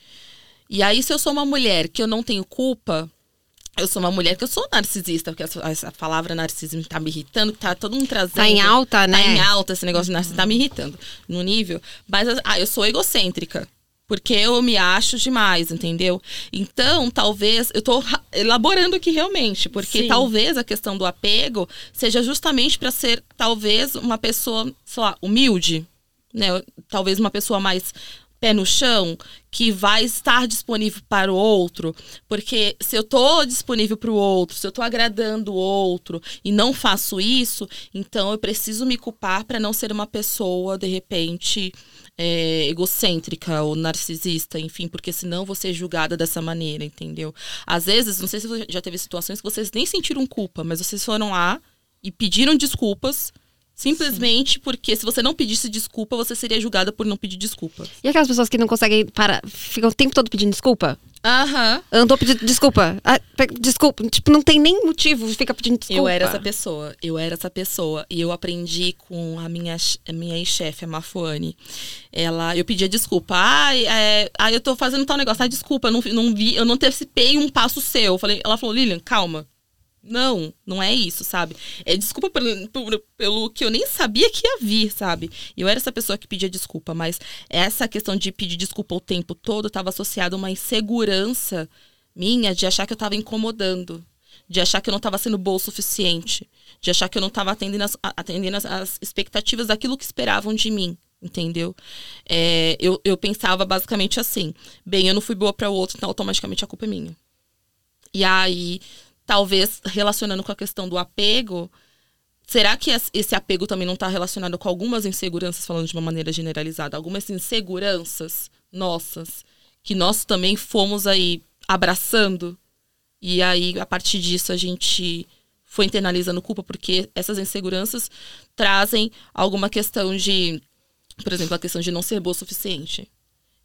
E aí, se eu sou uma mulher que eu não tenho culpa... Eu sou uma mulher que eu sou narcisista, porque essa, essa palavra narcisismo tá me irritando, tá todo mundo trazendo. Tá em alta, né? Tá em alta esse negócio de narcisismo, tá me irritando no nível. Mas, ah, eu sou egocêntrica, porque eu me acho demais, entendeu? Então, talvez, eu tô elaborando aqui realmente, porque Sim. talvez a questão do apego seja justamente para ser, talvez, uma pessoa, sei lá, humilde, né? Talvez uma pessoa mais... pé no chão, que vai estar disponível para o outro, porque se eu tô disponível para o outro, se eu tô agradando o outro e não faço isso, então eu preciso me culpar para não ser uma pessoa, de repente, é, egocêntrica ou narcisista, enfim, porque senão vou ser julgada dessa maneira, entendeu? Às vezes, não sei se você já teve situações que vocês nem sentiram culpa, mas vocês foram lá e pediram desculpas, simplesmente Sim. porque se você não pedisse desculpa, você seria julgada por não pedir desculpa. E aquelas pessoas que não conseguem parar, ficam o tempo todo pedindo desculpa? Aham. Eu não tô pedindo desculpa. Ah, desculpa. Tipo, não tem nem motivo de ficar pedindo desculpa. Eu era essa pessoa. Eu era essa pessoa. E eu aprendi com a minha, a minha ex-chefe, a Mafuane. Ela, eu pedia desculpa. Ai, é, ai, eu tô fazendo tal negócio. Ai, desculpa, eu não, não vi, eu não antecipei um passo seu. Eu falei, ela falou, Lilian, calma. Não, não é isso, sabe? É desculpa pelo, pelo, pelo que eu nem sabia que ia vir, sabe? Eu era essa pessoa que pedia desculpa, mas essa questão de pedir desculpa o tempo todo estava associada a uma insegurança minha de achar que eu estava incomodando, de achar que eu não estava sendo boa o suficiente, de achar que eu não estava atendendo, as, atendendo as, as expectativas daquilo que esperavam de mim, entendeu? É, eu, eu pensava basicamente assim, bem, eu não fui boa para o outro, então automaticamente a culpa é minha. E aí... Talvez, relacionando com a questão do apego, será que esse apego também não está relacionado com algumas inseguranças, falando de uma maneira generalizada? Algumas inseguranças nossas, que nós também fomos aí abraçando. E aí, a partir disso, a gente foi internalizando culpa, porque essas inseguranças trazem alguma questão de... Por exemplo, a questão de não ser boa o suficiente.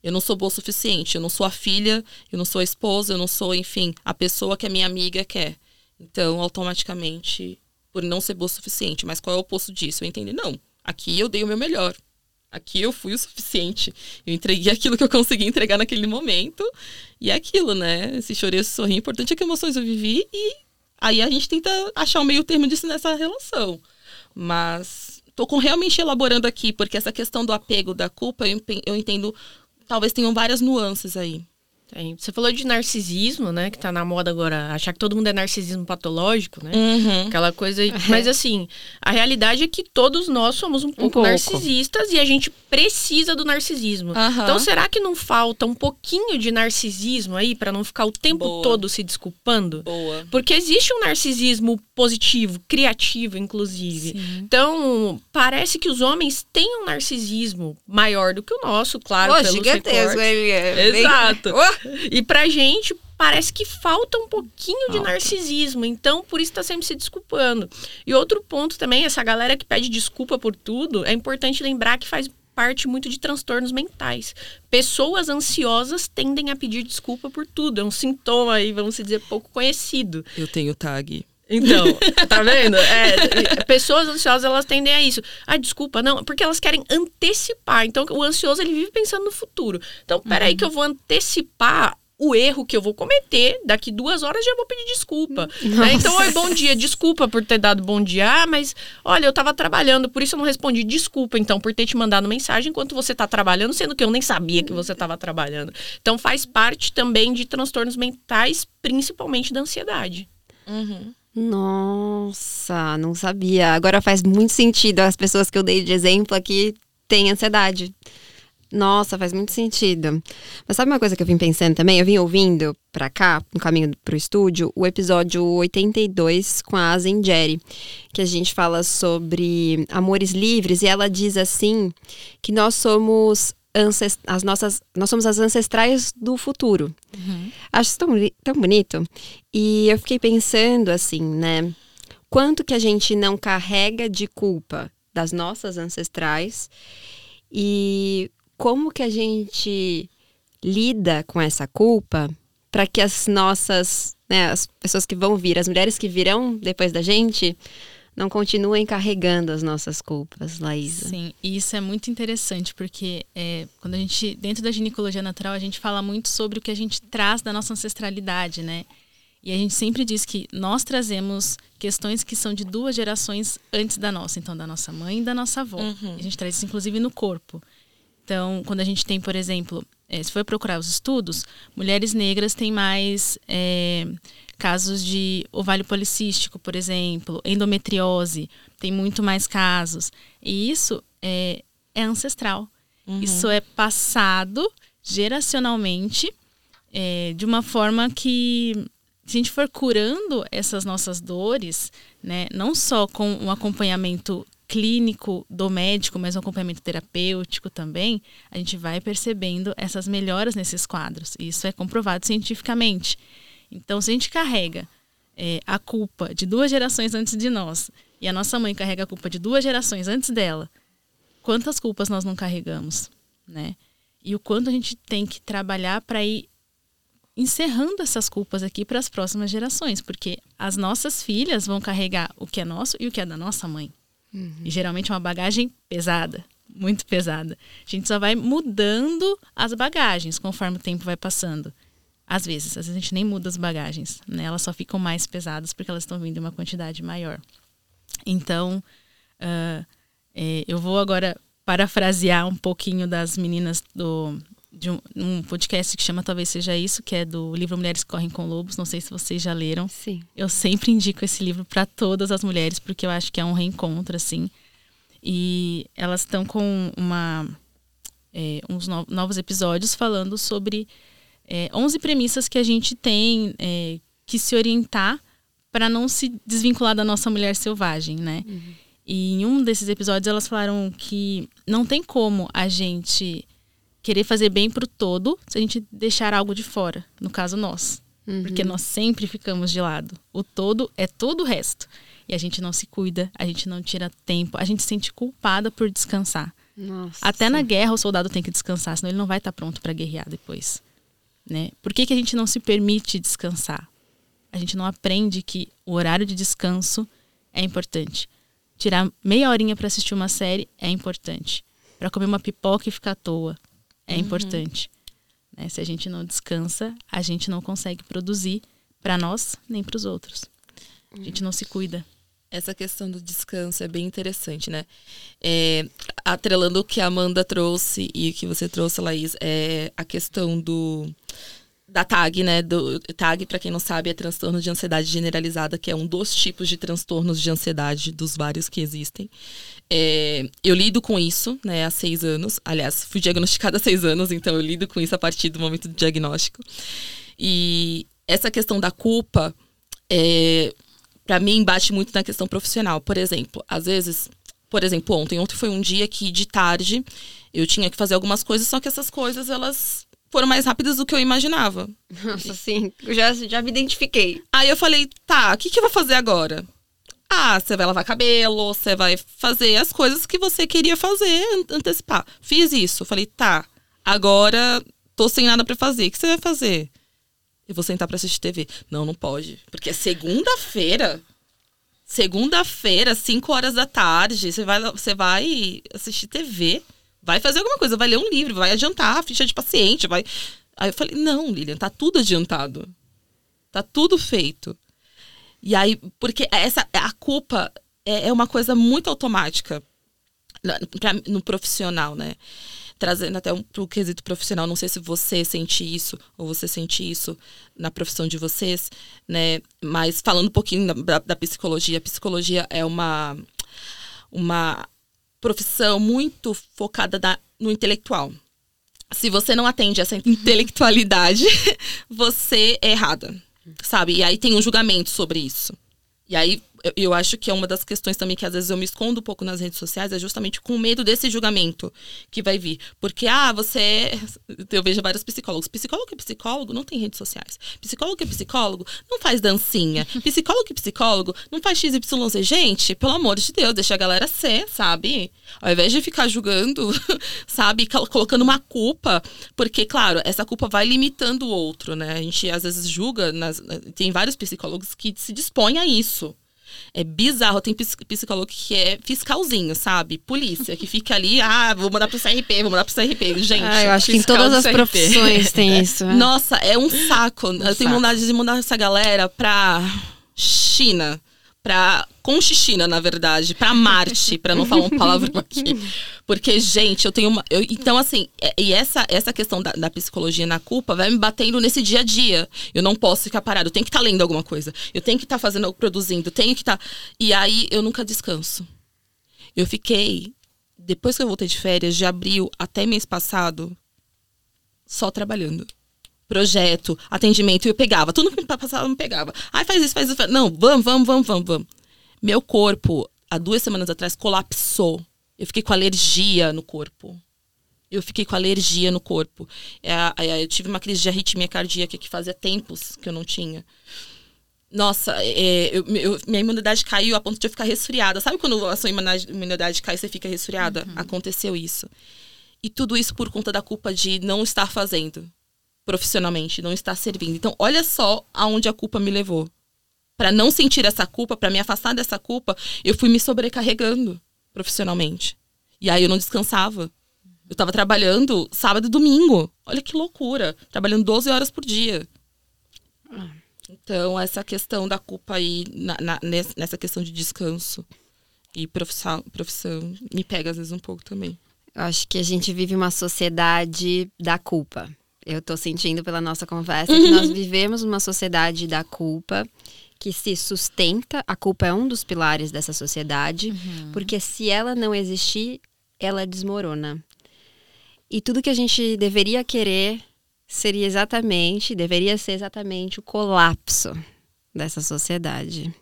Eu não sou boa o suficiente, eu não sou a filha, eu não sou a esposa, eu não sou, enfim, a pessoa que a minha amiga quer. Então, automaticamente, por não ser boa o suficiente. Mas qual é o oposto disso? Eu entendi, não, aqui eu dei o meu melhor. Aqui eu fui o suficiente. Eu entreguei aquilo que eu consegui entregar naquele momento. E é aquilo, né? Esse chorei, esse sorri. O importante é que emoções eu vivi. E aí a gente tenta achar o meio termo disso nessa relação. Mas tô com, realmente elaborando aqui, porque essa questão do apego, da culpa, eu, eu entendo... Talvez tenham várias nuances aí. Tem. Você falou de narcisismo, né? Que tá na moda agora, achar que todo mundo é narcisismo patológico, né? Uhum. Aquela coisa... Mas assim, a realidade é que todos nós somos um pouco, um pouco. narcisistas e a gente precisa do narcisismo. Uhum. Então, será que não falta um pouquinho de narcisismo aí pra não ficar o tempo Boa. todo se desculpando? Boa. Porque existe um narcisismo positivo, criativo, inclusive. Sim. Então, parece que os homens têm um narcisismo maior do que o nosso, claro, Pô, pelos gigantesco. recortes. Ele é bem- Exato. Oh! E pra gente, parece que falta um pouquinho de Falta. narcisismo. Então, por isso tá sempre se desculpando. E outro ponto também, essa galera que pede desculpa por tudo, é importante lembrar que faz parte muito de transtornos mentais. Pessoas ansiosas tendem a pedir desculpa por tudo. É um sintoma aí, vamos dizer, pouco conhecido. Eu tenho tag. Então, tá vendo? É, pessoas ansiosas, elas tendem a isso. Ah, desculpa, não, porque elas querem antecipar. Então, o ansioso, ele vive pensando no futuro. Então, peraí que eu vou antecipar o erro que eu vou cometer. Daqui duas horas já vou pedir desculpa. Né? Então, oi, bom dia, desculpa por ter dado bom dia. Ah, mas, olha, eu tava trabalhando, por isso eu não respondi. Desculpa, então, por ter te mandado mensagem enquanto você tá trabalhando, sendo que eu nem sabia que você tava trabalhando. Então, faz parte também de transtornos mentais, principalmente da ansiedade. Uhum. Nossa, não sabia. Agora faz muito sentido. As pessoas que eu dei de exemplo aqui têm ansiedade. Nossa, faz muito sentido. Mas sabe uma coisa que eu vim pensando também? Eu vim ouvindo pra cá, no caminho pro estúdio, o episódio oitenta e dois com a Zengeri, que a gente fala sobre amores livres, e ela diz assim que nós somos ancest- as nossas, nós somos as ancestrais do futuro. Uhum. Acho isso tão, tão bonito. E eu fiquei pensando assim, né? Quanto que a gente não carrega de culpa das nossas ancestrais e como que a gente lida com essa culpa para que as nossas, né, as pessoas que vão vir, as mulheres que virão depois da gente, não continuem carregando as nossas culpas, Laísa. Sim, e isso é muito interessante, porque é, quando a gente, dentro da ginecologia natural, a gente fala muito sobre o que a gente traz da nossa ancestralidade, né? E a gente sempre diz que nós trazemos questões que são de duas gerações antes da nossa, então da nossa mãe e da nossa avó. Uhum. A gente traz isso, inclusive, no corpo. Então, quando a gente tem, por exemplo, é, se for procurar os estudos, mulheres negras têm mais é, casos de ovário policístico, por exemplo, endometriose, tem muito mais casos. E isso é, é ancestral. Uhum. Isso é passado geracionalmente é, de uma forma que, se a gente for curando essas nossas dores, né, não só com um acompanhamento clínico do médico, mas um acompanhamento terapêutico também, a gente vai percebendo essas melhoras nesses quadros. E isso é comprovado cientificamente. Então, se a gente carrega é, a culpa de duas gerações antes de nós e a nossa mãe carrega a culpa de duas gerações antes dela, quantas culpas nós não carregamos, né? E o quanto a gente tem que trabalhar para ir encerrando essas culpas aqui para as próximas gerações, porque as nossas filhas vão carregar o que é nosso e o que é da nossa mãe. Uhum. E geralmente é uma bagagem pesada, muito pesada. A gente só vai mudando as bagagens conforme o tempo vai passando. Às vezes, às vezes a gente nem muda as bagagens, né? Elas só ficam mais pesadas porque elas estão vindo em uma quantidade maior. Então, uh, é, eu vou agora parafrasear um pouquinho das meninas do, de um, um podcast que chama Talvez Seja Isso, que é do livro Mulheres que Correm com Lobos. Não sei se vocês já leram. Sim. Eu sempre indico esse livro para todas as mulheres, porque eu acho que é um reencontro, assim. E elas estão com uma, é, uns no- novos episódios falando sobre é, onze premissas que a gente tem é, que se orientar para não se desvincular da nossa mulher selvagem, né? Uhum. E em um desses episódios elas falaram que não tem como a gente querer fazer bem pro todo se a gente deixar algo de fora, no caso nós. Uhum. Porque nós sempre ficamos de lado. O todo é todo o resto. E a gente não se cuida, a gente não tira tempo, a gente se sente culpada por descansar. Nossa, Até sim. na guerra o soldado tem que descansar, senão ele não vai estar pronto para guerrear depois. Né? Por que, que a gente não se permite descansar? A gente não aprende que o horário de descanso é importante. Tirar meia horinha para assistir uma série é importante. Para comer uma pipoca e ficar à toa é uhum. importante. Né? Se a gente não descansa, a gente não consegue produzir para nós nem para os outros. A gente não se cuida. Essa questão do descanso é bem interessante, né? É, atrelando o que a Amanda trouxe e o que você trouxe, Laís, é a questão do da T A G, né? Do, T A G, para quem não sabe, é transtorno de ansiedade generalizada, que é um dos tipos de transtornos de ansiedade, dos vários que existem. É, eu lido com isso, né, há seis anos. Aliás, fui diagnosticada há seis anos, então eu lido com isso a partir do momento do diagnóstico. E essa questão da culpa, é, para mim, bate muito na questão profissional. Por exemplo, às vezes, por exemplo, ontem, ontem foi um dia que de tarde eu tinha que fazer algumas coisas, só que essas coisas, elas foram mais rápidas do que eu imaginava. Nossa, sim, eu já, já me identifiquei. Aí eu falei, tá, o que, que eu vou fazer agora? Ah, você vai lavar cabelo, você vai fazer as coisas que você queria fazer, antecipar. Fiz isso, falei, tá, agora tô sem nada pra fazer, o que você vai fazer? Eu vou sentar pra assistir T V. Não, não pode, porque é segunda-feira, segunda-feira, cinco horas da tarde, você vai, você vai assistir T V, vai fazer alguma coisa, vai ler um livro, vai adiantar a ficha de paciente, vai... Aí eu falei, não, Lilian, tá tudo adiantado, tá tudo feito. E aí, porque essa, a culpa é, é uma coisa muito automática pra, no profissional, né? Trazendo até um, pro quesito profissional, não sei se você sente isso, ou você sente isso na profissão de vocês, né? Mas falando um pouquinho da, da psicologia, a psicologia é uma, uma profissão muito focada na, no intelectual. Se você não atende essa intelectualidade, você é errada. Sabe? E aí tem um julgamento sobre isso. E aí eu, eu acho que é uma das questões também que às vezes eu me escondo um pouco nas redes sociais, é justamente com medo desse julgamento que vai vir. Porque, ah, você... Eu vejo vários psicólogos. Psicólogo é psicólogo, não tem redes sociais. Psicólogo é psicólogo, não faz dancinha. Psicólogo é psicólogo, não faz X Y Z. Gente, pelo amor de Deus, deixa a galera ser, sabe? Ao invés de ficar julgando, sabe? Colocando uma culpa. Porque, claro, essa culpa vai limitando o outro, né? A gente, às vezes, julga. Nas... Tem vários psicólogos que se dispõem a isso. É bizarro. Tem psicólogo que é fiscalzinho, sabe? Polícia, que fica ali, ah, vou mandar pro C R P, vou mandar pro C R P. Gente, ah, eu acho que em todas as profissões tem isso. Né? Nossa, é um saco. Um eu tenho vontade de mandar essa galera pra China. Pra Conchichina, na verdade. Pra Marte, pra não falar um palavrão aqui. Porque, gente, eu tenho uma... Eu, então, assim, e essa, essa questão da, da psicologia na culpa vai me batendo nesse dia a dia. Eu não posso ficar parado. Eu tenho que estar tá lendo alguma coisa. Eu tenho que estar tá fazendo, produzindo. Tenho que estar... Tá... E aí, eu nunca descanso. Eu fiquei... Depois que eu voltei de férias, de abril até mês passado, só trabalhando. Projeto, atendimento, e eu pegava. Tudo que me passava, eu me pegava. Ai, faz isso, faz isso. Não, vamos, vamos, vamos, vamos, vamos. Meu corpo, há duas semanas atrás, colapsou. Eu fiquei com alergia no corpo. Eu fiquei com alergia no corpo. É, eu tive uma crise de arritmia cardíaca que fazia tempos que eu não tinha. Nossa, é, eu, eu, minha imunidade caiu a ponto de eu ficar resfriada. Sabe quando a sua imunidade, imunidade cai e você fica resfriada? Uhum. Aconteceu isso. E tudo isso por conta da culpa de não estar fazendo profissionalmente, não estar servindo. Então, olha só aonde a culpa me levou. Para não sentir essa culpa, para me afastar dessa culpa, eu fui me sobrecarregando profissionalmente. E aí eu não descansava. Eu tava trabalhando sábado e domingo. Olha que loucura. Trabalhando doze horas por dia. Então, essa questão da culpa aí, na, na, nessa questão de descanso e profissão, profissão, me pega às vezes um pouco também. Eu acho que a gente vive uma sociedade da culpa. Eu tô sentindo pela nossa conversa que nós vivemos uma sociedade da culpa que se sustenta. A culpa é um dos pilares dessa sociedade, uhum. porque se ela não existir, ela desmorona. E tudo que a gente deveria querer seria exatamente, deveria ser exatamente o colapso dessa sociedade.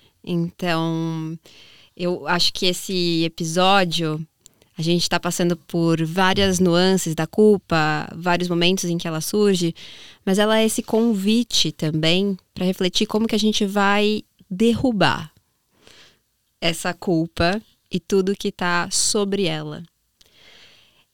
Então, eu acho que esse episódio... A gente está passando por várias nuances da culpa, vários momentos em que ela surge, mas ela é esse convite também para refletir como que a gente vai derrubar essa culpa e tudo que está sobre ela.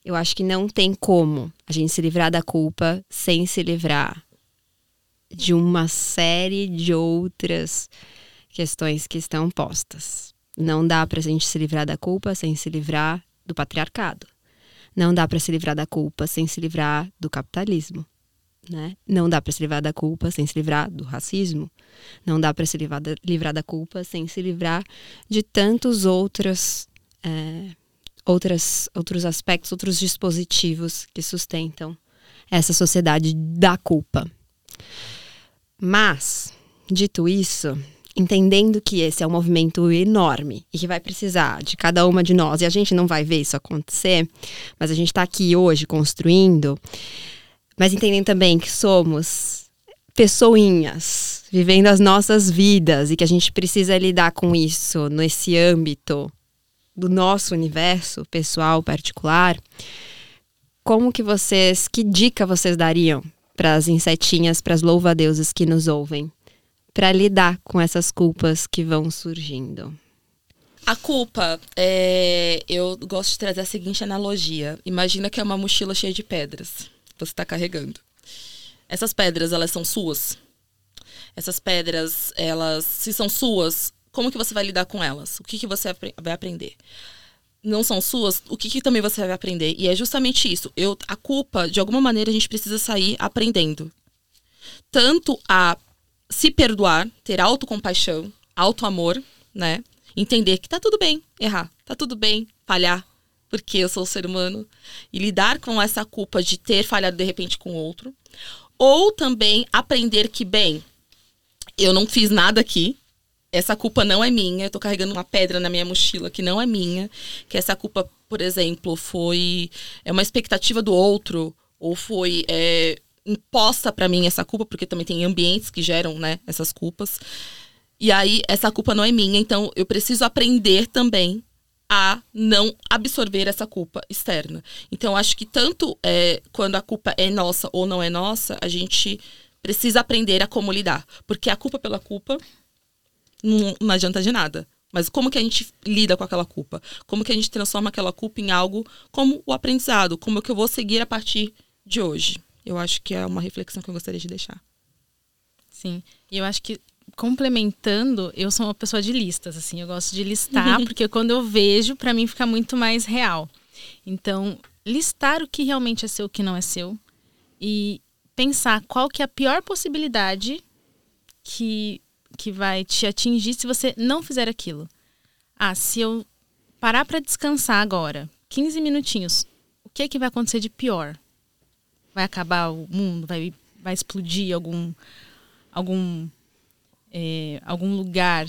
eu acho que não tem como a gente se livrar da culpa sem se livrar de uma série de outras questões que estão postas. Não dá pra gente se livrar da culpa sem se livrar do patriarcado. Não dá pra se livrar da culpa sem se livrar do capitalismo, né? Não dá pra se livrar da culpa sem se livrar do racismo. Não dá pra se livrar da, livrar da culpa sem se livrar de tantos outros, é, outras, outros aspectos, outros dispositivos que sustentam essa sociedade da culpa. Mas, dito isso, entendendo que esse é um movimento enorme e que vai precisar de cada uma de nós, e a gente não vai ver isso acontecer, mas a gente está aqui hoje construindo, mas entendendo também que somos pessoinhas, vivendo as nossas vidas e que a gente precisa lidar com isso nesse âmbito do nosso universo pessoal, particular, como que vocês, que dica vocês dariam para as insetinhas, para as louva-deuses que nos ouvem, para lidar com essas culpas que vão surgindo? A culpa, é... eu gosto de trazer a seguinte analogia. Imagina que é uma mochila cheia de pedras. Você está carregando. Essas pedras, elas são suas? Essas pedras, elas, se são suas, como que você vai lidar com elas? O que, que você vai aprender? Não são suas, o que, que também você vai aprender? E é justamente isso. Eu, a culpa, de alguma maneira, a gente precisa sair aprendendo. Tanto a se perdoar, ter autocompaixão, autoamor, né? Entender que tá tudo bem errar, tá tudo bem falhar, porque eu sou ser humano. E lidar com essa culpa de ter falhado, de repente, com o outro. Ou também aprender que, bem, eu não fiz nada aqui. Essa culpa não é minha, eu tô carregando uma pedra na minha mochila que não é minha, que essa culpa, por exemplo, foi é uma expectativa do outro, ou foi é, imposta para mim essa culpa, porque também tem ambientes que geram, né, essas culpas. E aí, essa culpa não é minha, então eu preciso aprender também a não absorver essa culpa externa. Então, acho que tanto é, quando a culpa é nossa ou não é nossa, a gente precisa aprender a como lidar. Porque a culpa pela culpa Não, não adianta de nada. Mas como que a gente lida com aquela culpa? Como que a gente transforma aquela culpa em algo como o aprendizado? Como que eu vou seguir a partir de hoje? Eu acho que é uma reflexão que eu gostaria de deixar. Sim. E eu acho que, complementando, eu sou uma pessoa de listas, assim. Eu gosto de listar, porque quando eu vejo, pra mim fica muito mais real. Então, listar o que realmente é seu, o que não é seu. E pensar qual que é a pior possibilidade que... que vai te atingir se você não fizer aquilo. Ah, se eu parar para descansar agora, quinze minutinhos, o que é que vai acontecer de pior? Vai acabar o mundo? Vai, vai explodir algum, algum, é, algum lugar?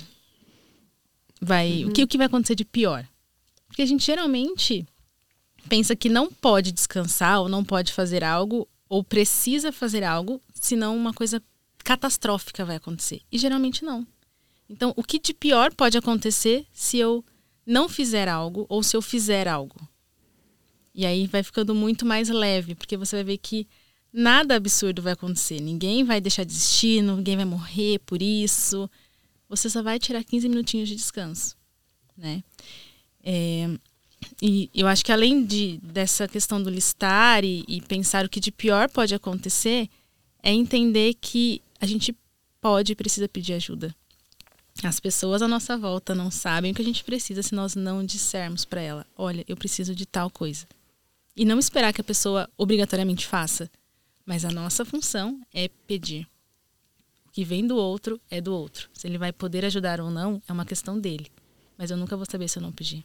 Vai, uhum. o, que, o que vai acontecer de pior? Porque a gente geralmente pensa que não pode descansar ou não pode fazer algo ou precisa fazer algo, senão uma coisa catastrófica vai acontecer. E geralmente não. Então, o que de pior pode acontecer se eu não fizer algo ou se eu fizer algo? E aí vai ficando muito mais leve, porque você vai ver que nada absurdo vai acontecer. Ninguém vai deixar de existir, ninguém vai morrer por isso. Você só vai tirar quinze minutinhos de descanso, né? É, e eu acho que além de, dessa questão do listar e, e pensar o que de pior pode acontecer, é entender que a gente pode e precisa pedir ajuda. As pessoas à nossa volta não sabem o que a gente precisa se nós não dissermos para ela: olha, eu preciso de tal coisa. E não esperar que a pessoa obrigatoriamente faça. Mas a nossa função é pedir. O que vem do outro é do outro. Se ele vai poder ajudar ou não, é uma questão dele. Mas eu nunca vou saber se eu não pedir.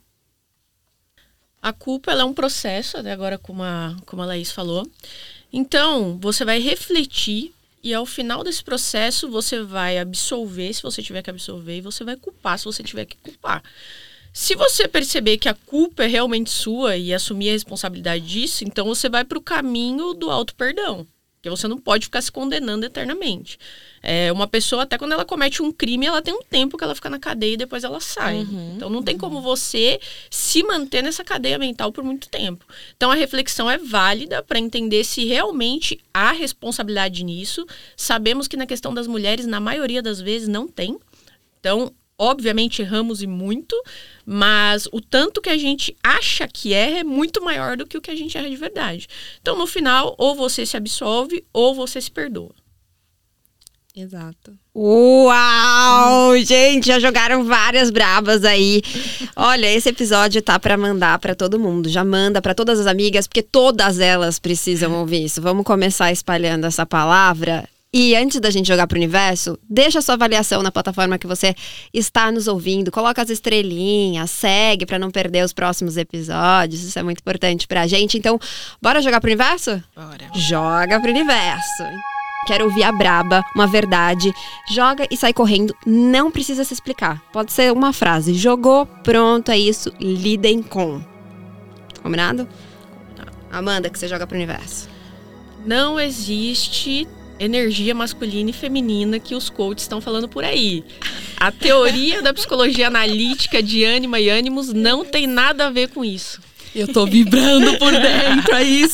A culpa, ela é um processo, até agora como a, como a Laís falou. Então, você vai refletir e ao final desse processo você vai absolver, se você tiver que absolver, e você vai culpar, se você tiver que culpar. Se você perceber que a culpa é realmente sua e assumir a responsabilidade disso, então você vai para o caminho do auto-perdão. Porque você não pode ficar se condenando eternamente. É, uma pessoa, até quando ela comete um crime, ela tem um tempo que ela fica na cadeia e depois ela sai. Uhum, então não tem uhum. como você se manter nessa cadeia mental por muito tempo. Então a reflexão é válida para entender se realmente há responsabilidade nisso. Sabemos que na questão das mulheres, na maioria das vezes, não tem. Então, Obviamente erramos e muito, mas o tanto que a gente acha que erra é muito maior do que o que a gente erra de verdade. Então, no final, ou você se absolve ou você se perdoa. Exato. Uau! Gente, já jogaram várias brabas aí. Olha, esse episódio tá pra mandar pra todo mundo. Já manda pra todas as amigas, porque todas elas precisam ouvir isso. Vamos começar espalhando essa palavra. E antes da gente jogar pro universo, deixa a sua avaliação na plataforma que você está nos ouvindo. Coloca as estrelinhas, segue pra não perder os próximos episódios. Isso é muito importante pra gente. Então, bora jogar pro universo? Bora. Joga pro universo. Quero ouvir a braba, uma verdade. Joga e sai correndo. Não precisa se explicar. Pode ser uma frase. Jogou, pronto, é isso. Lidem com. Combinado? Amanda, que você joga pro universo. Não existe energia masculina e feminina que os coaches estão falando por aí. A teoria da psicologia analítica de ânima e ânimos não tem nada a ver com isso. Eu tô vibrando por dentro, é isso!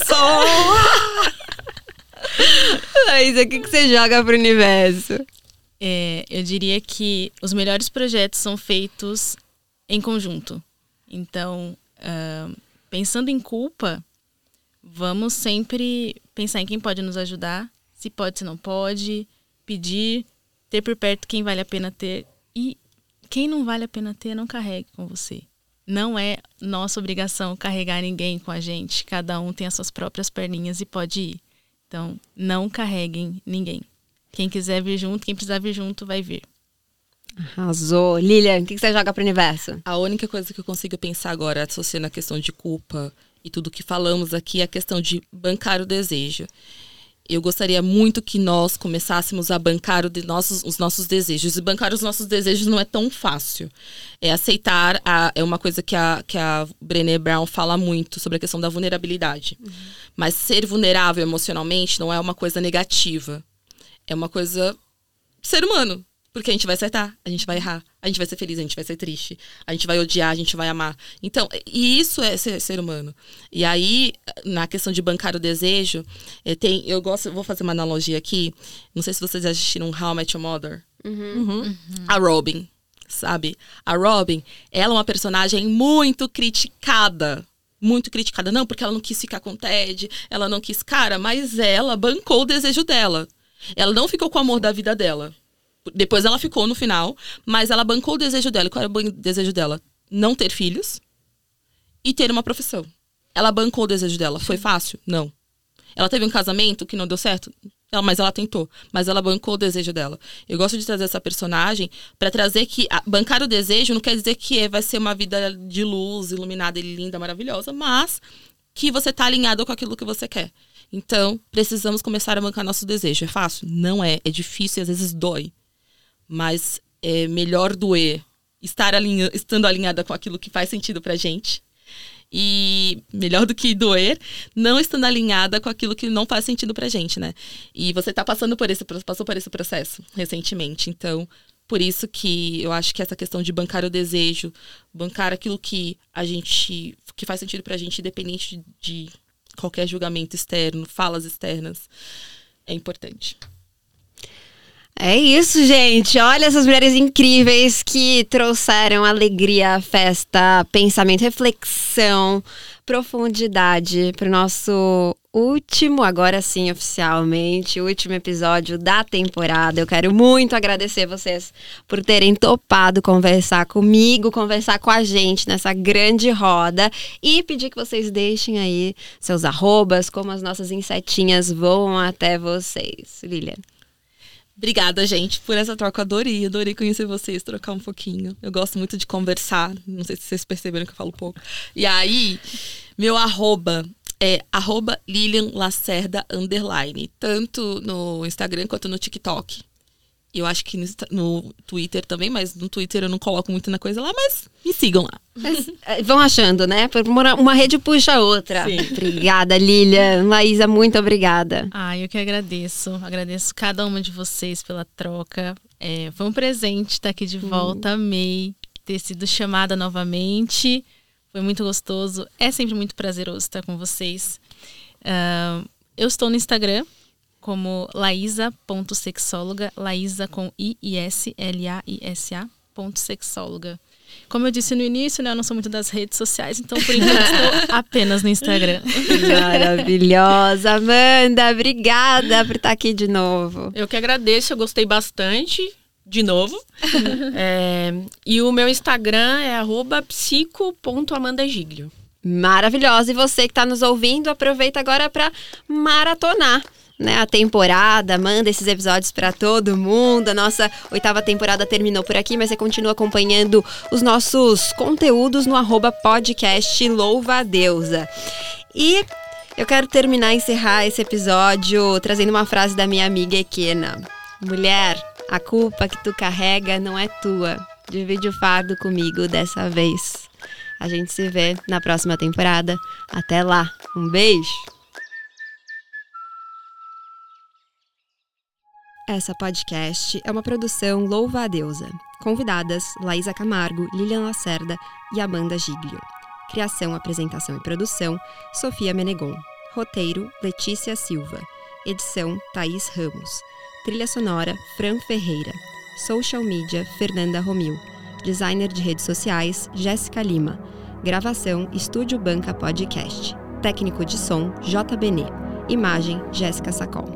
Laísa, o que, que você joga pro universo? É, eu diria que os melhores projetos são feitos em conjunto. Então, uh, pensando em culpa, vamos sempre pensar em quem pode nos ajudar, se pode, se não pode, pedir, ter por perto quem vale a pena ter. E quem não vale a pena ter, não carregue com você. Não é nossa obrigação carregar ninguém com a gente. Cada um tem as suas próprias perninhas e pode ir. Então, não carreguem ninguém. Quem quiser vir junto, quem precisar vir junto, vai vir. Arrasou. Lilian, o que, que você joga pro universo? A única coisa que eu consigo pensar agora, associando a questão de culpa e tudo que falamos aqui, é a questão de bancar o desejo. Eu gostaria muito que nós começássemos a bancar o de nossos, os nossos desejos. E bancar os nossos desejos não é tão fácil. É aceitar, a, é uma coisa que a, que a Brené Brown fala muito sobre a questão da vulnerabilidade. Uhum. Mas ser vulnerável emocionalmente não é uma coisa negativa. É uma coisa ser humano. Porque a gente vai acertar, a gente vai errar, a gente vai ser feliz, a gente vai ser triste, a gente vai odiar, a gente vai amar. Então, e isso é ser, ser humano. E aí, na questão de bancar o desejo, tem, eu gosto, eu vou fazer uma analogia aqui. Não sei se vocês já assistiram How I Met Your Mother. Uhum. Uhum. A Robin, sabe? A Robin, ela é uma personagem muito criticada. Muito criticada. Não, porque ela não quis ficar com o Ted, ela não quis cara, mas ela bancou o desejo dela. Ela não ficou com o amor da vida dela. Depois ela ficou no final, mas ela bancou o desejo dela. Qual era o desejo dela? Não ter filhos e ter uma profissão. Ela bancou o desejo dela. Foi fácil? Não. Ela teve um casamento que não deu certo? Ela, mas ela tentou. Mas ela bancou o desejo dela. Eu gosto de trazer essa personagem para trazer que a, bancar o desejo não quer dizer que é, vai ser uma vida de luz, iluminada e linda, maravilhosa, mas que você tá alinhado com aquilo que você quer. Então, precisamos começar a bancar nosso desejo. É fácil? Não é. É difícil e às vezes dói. Mas é melhor doer, estar alinha, estando alinhada com aquilo que faz sentido pra gente. E melhor do que doer, não estando alinhada com aquilo que não faz sentido pra gente, né? E você tá passando por esse, passou por esse processo recentemente. Então, por isso que eu acho que essa questão de bancar o desejo, bancar aquilo que a gente, que faz sentido pra gente, independente de qualquer julgamento externo, falas externas, é importante. É isso, gente. Olha essas mulheres incríveis que trouxeram alegria, festa, pensamento, reflexão, profundidade para o nosso último, agora sim, oficialmente, último episódio da temporada. Eu quero muito agradecer vocês por terem topado conversar comigo, conversar com a gente nessa grande roda e pedir que vocês deixem aí seus arrobas, como as nossas insetinhas voam até vocês. Lilian. Obrigada, gente, por essa troca. Adorei, adorei conhecer vocês, trocar um pouquinho. Eu gosto muito de conversar. Não sei se vocês perceberam que eu falo pouco. E aí, meu arroba é arroba Lilian Lacerda underline. Tanto no Instagram quanto no TikTok. Eu acho que no, no Twitter também, mas no Twitter eu não coloco muito na coisa lá, mas me sigam lá. Mas, vão achando, né? Uma, uma rede puxa a outra. Sim. Obrigada, Lilian. Laísa, muito obrigada. Ah, eu que agradeço. Agradeço cada uma de vocês pela troca. É, foi um presente estar aqui de volta. Hum. Amei ter sido chamada novamente. Foi muito gostoso. É sempre muito prazeroso estar com vocês. Uh, eu estou no Instagram como laisa ponto sexóloga, Laísa com I I S L A I S A. ponto sexóloga. Como eu disse no início, né, eu não sou muito das redes sociais, então por enquanto estou apenas no Instagram. Maravilhosa, Amanda, obrigada por estar aqui de novo. Eu que agradeço, eu gostei bastante, de novo. é, e o meu Instagram é arroba psico ponto amandagiglio. Maravilhosa, e você que está nos ouvindo, aproveita agora para maratonar, né, a temporada, manda esses episódios para todo mundo. A nossa oitava temporada terminou por aqui, mas você continua acompanhando os nossos conteúdos no arroba podcast Louva a Deusa. E eu quero terminar e encerrar esse episódio trazendo uma frase da minha amiga Ekena. Mulher, a culpa que tu carrega não é tua. Divide o fardo comigo dessa vez. A gente se vê na próxima temporada. Até lá. Um beijo! Essa podcast é uma produção Louva a Deusa. Convidadas, Laísa Camargo, Lilian Lacerda e Amanda Giglio. Criação, apresentação e produção, Sofia Menegon. Roteiro, Letícia Silva. Edição, Thaís Ramos. Trilha sonora, Fran Ferreira. Social Media, Fernanda Romil. Designer de redes sociais, Jéssica Lima. Gravação, Estúdio Banca Podcast. Técnico de som, J. Benê. Imagem, Jéssica Sacol.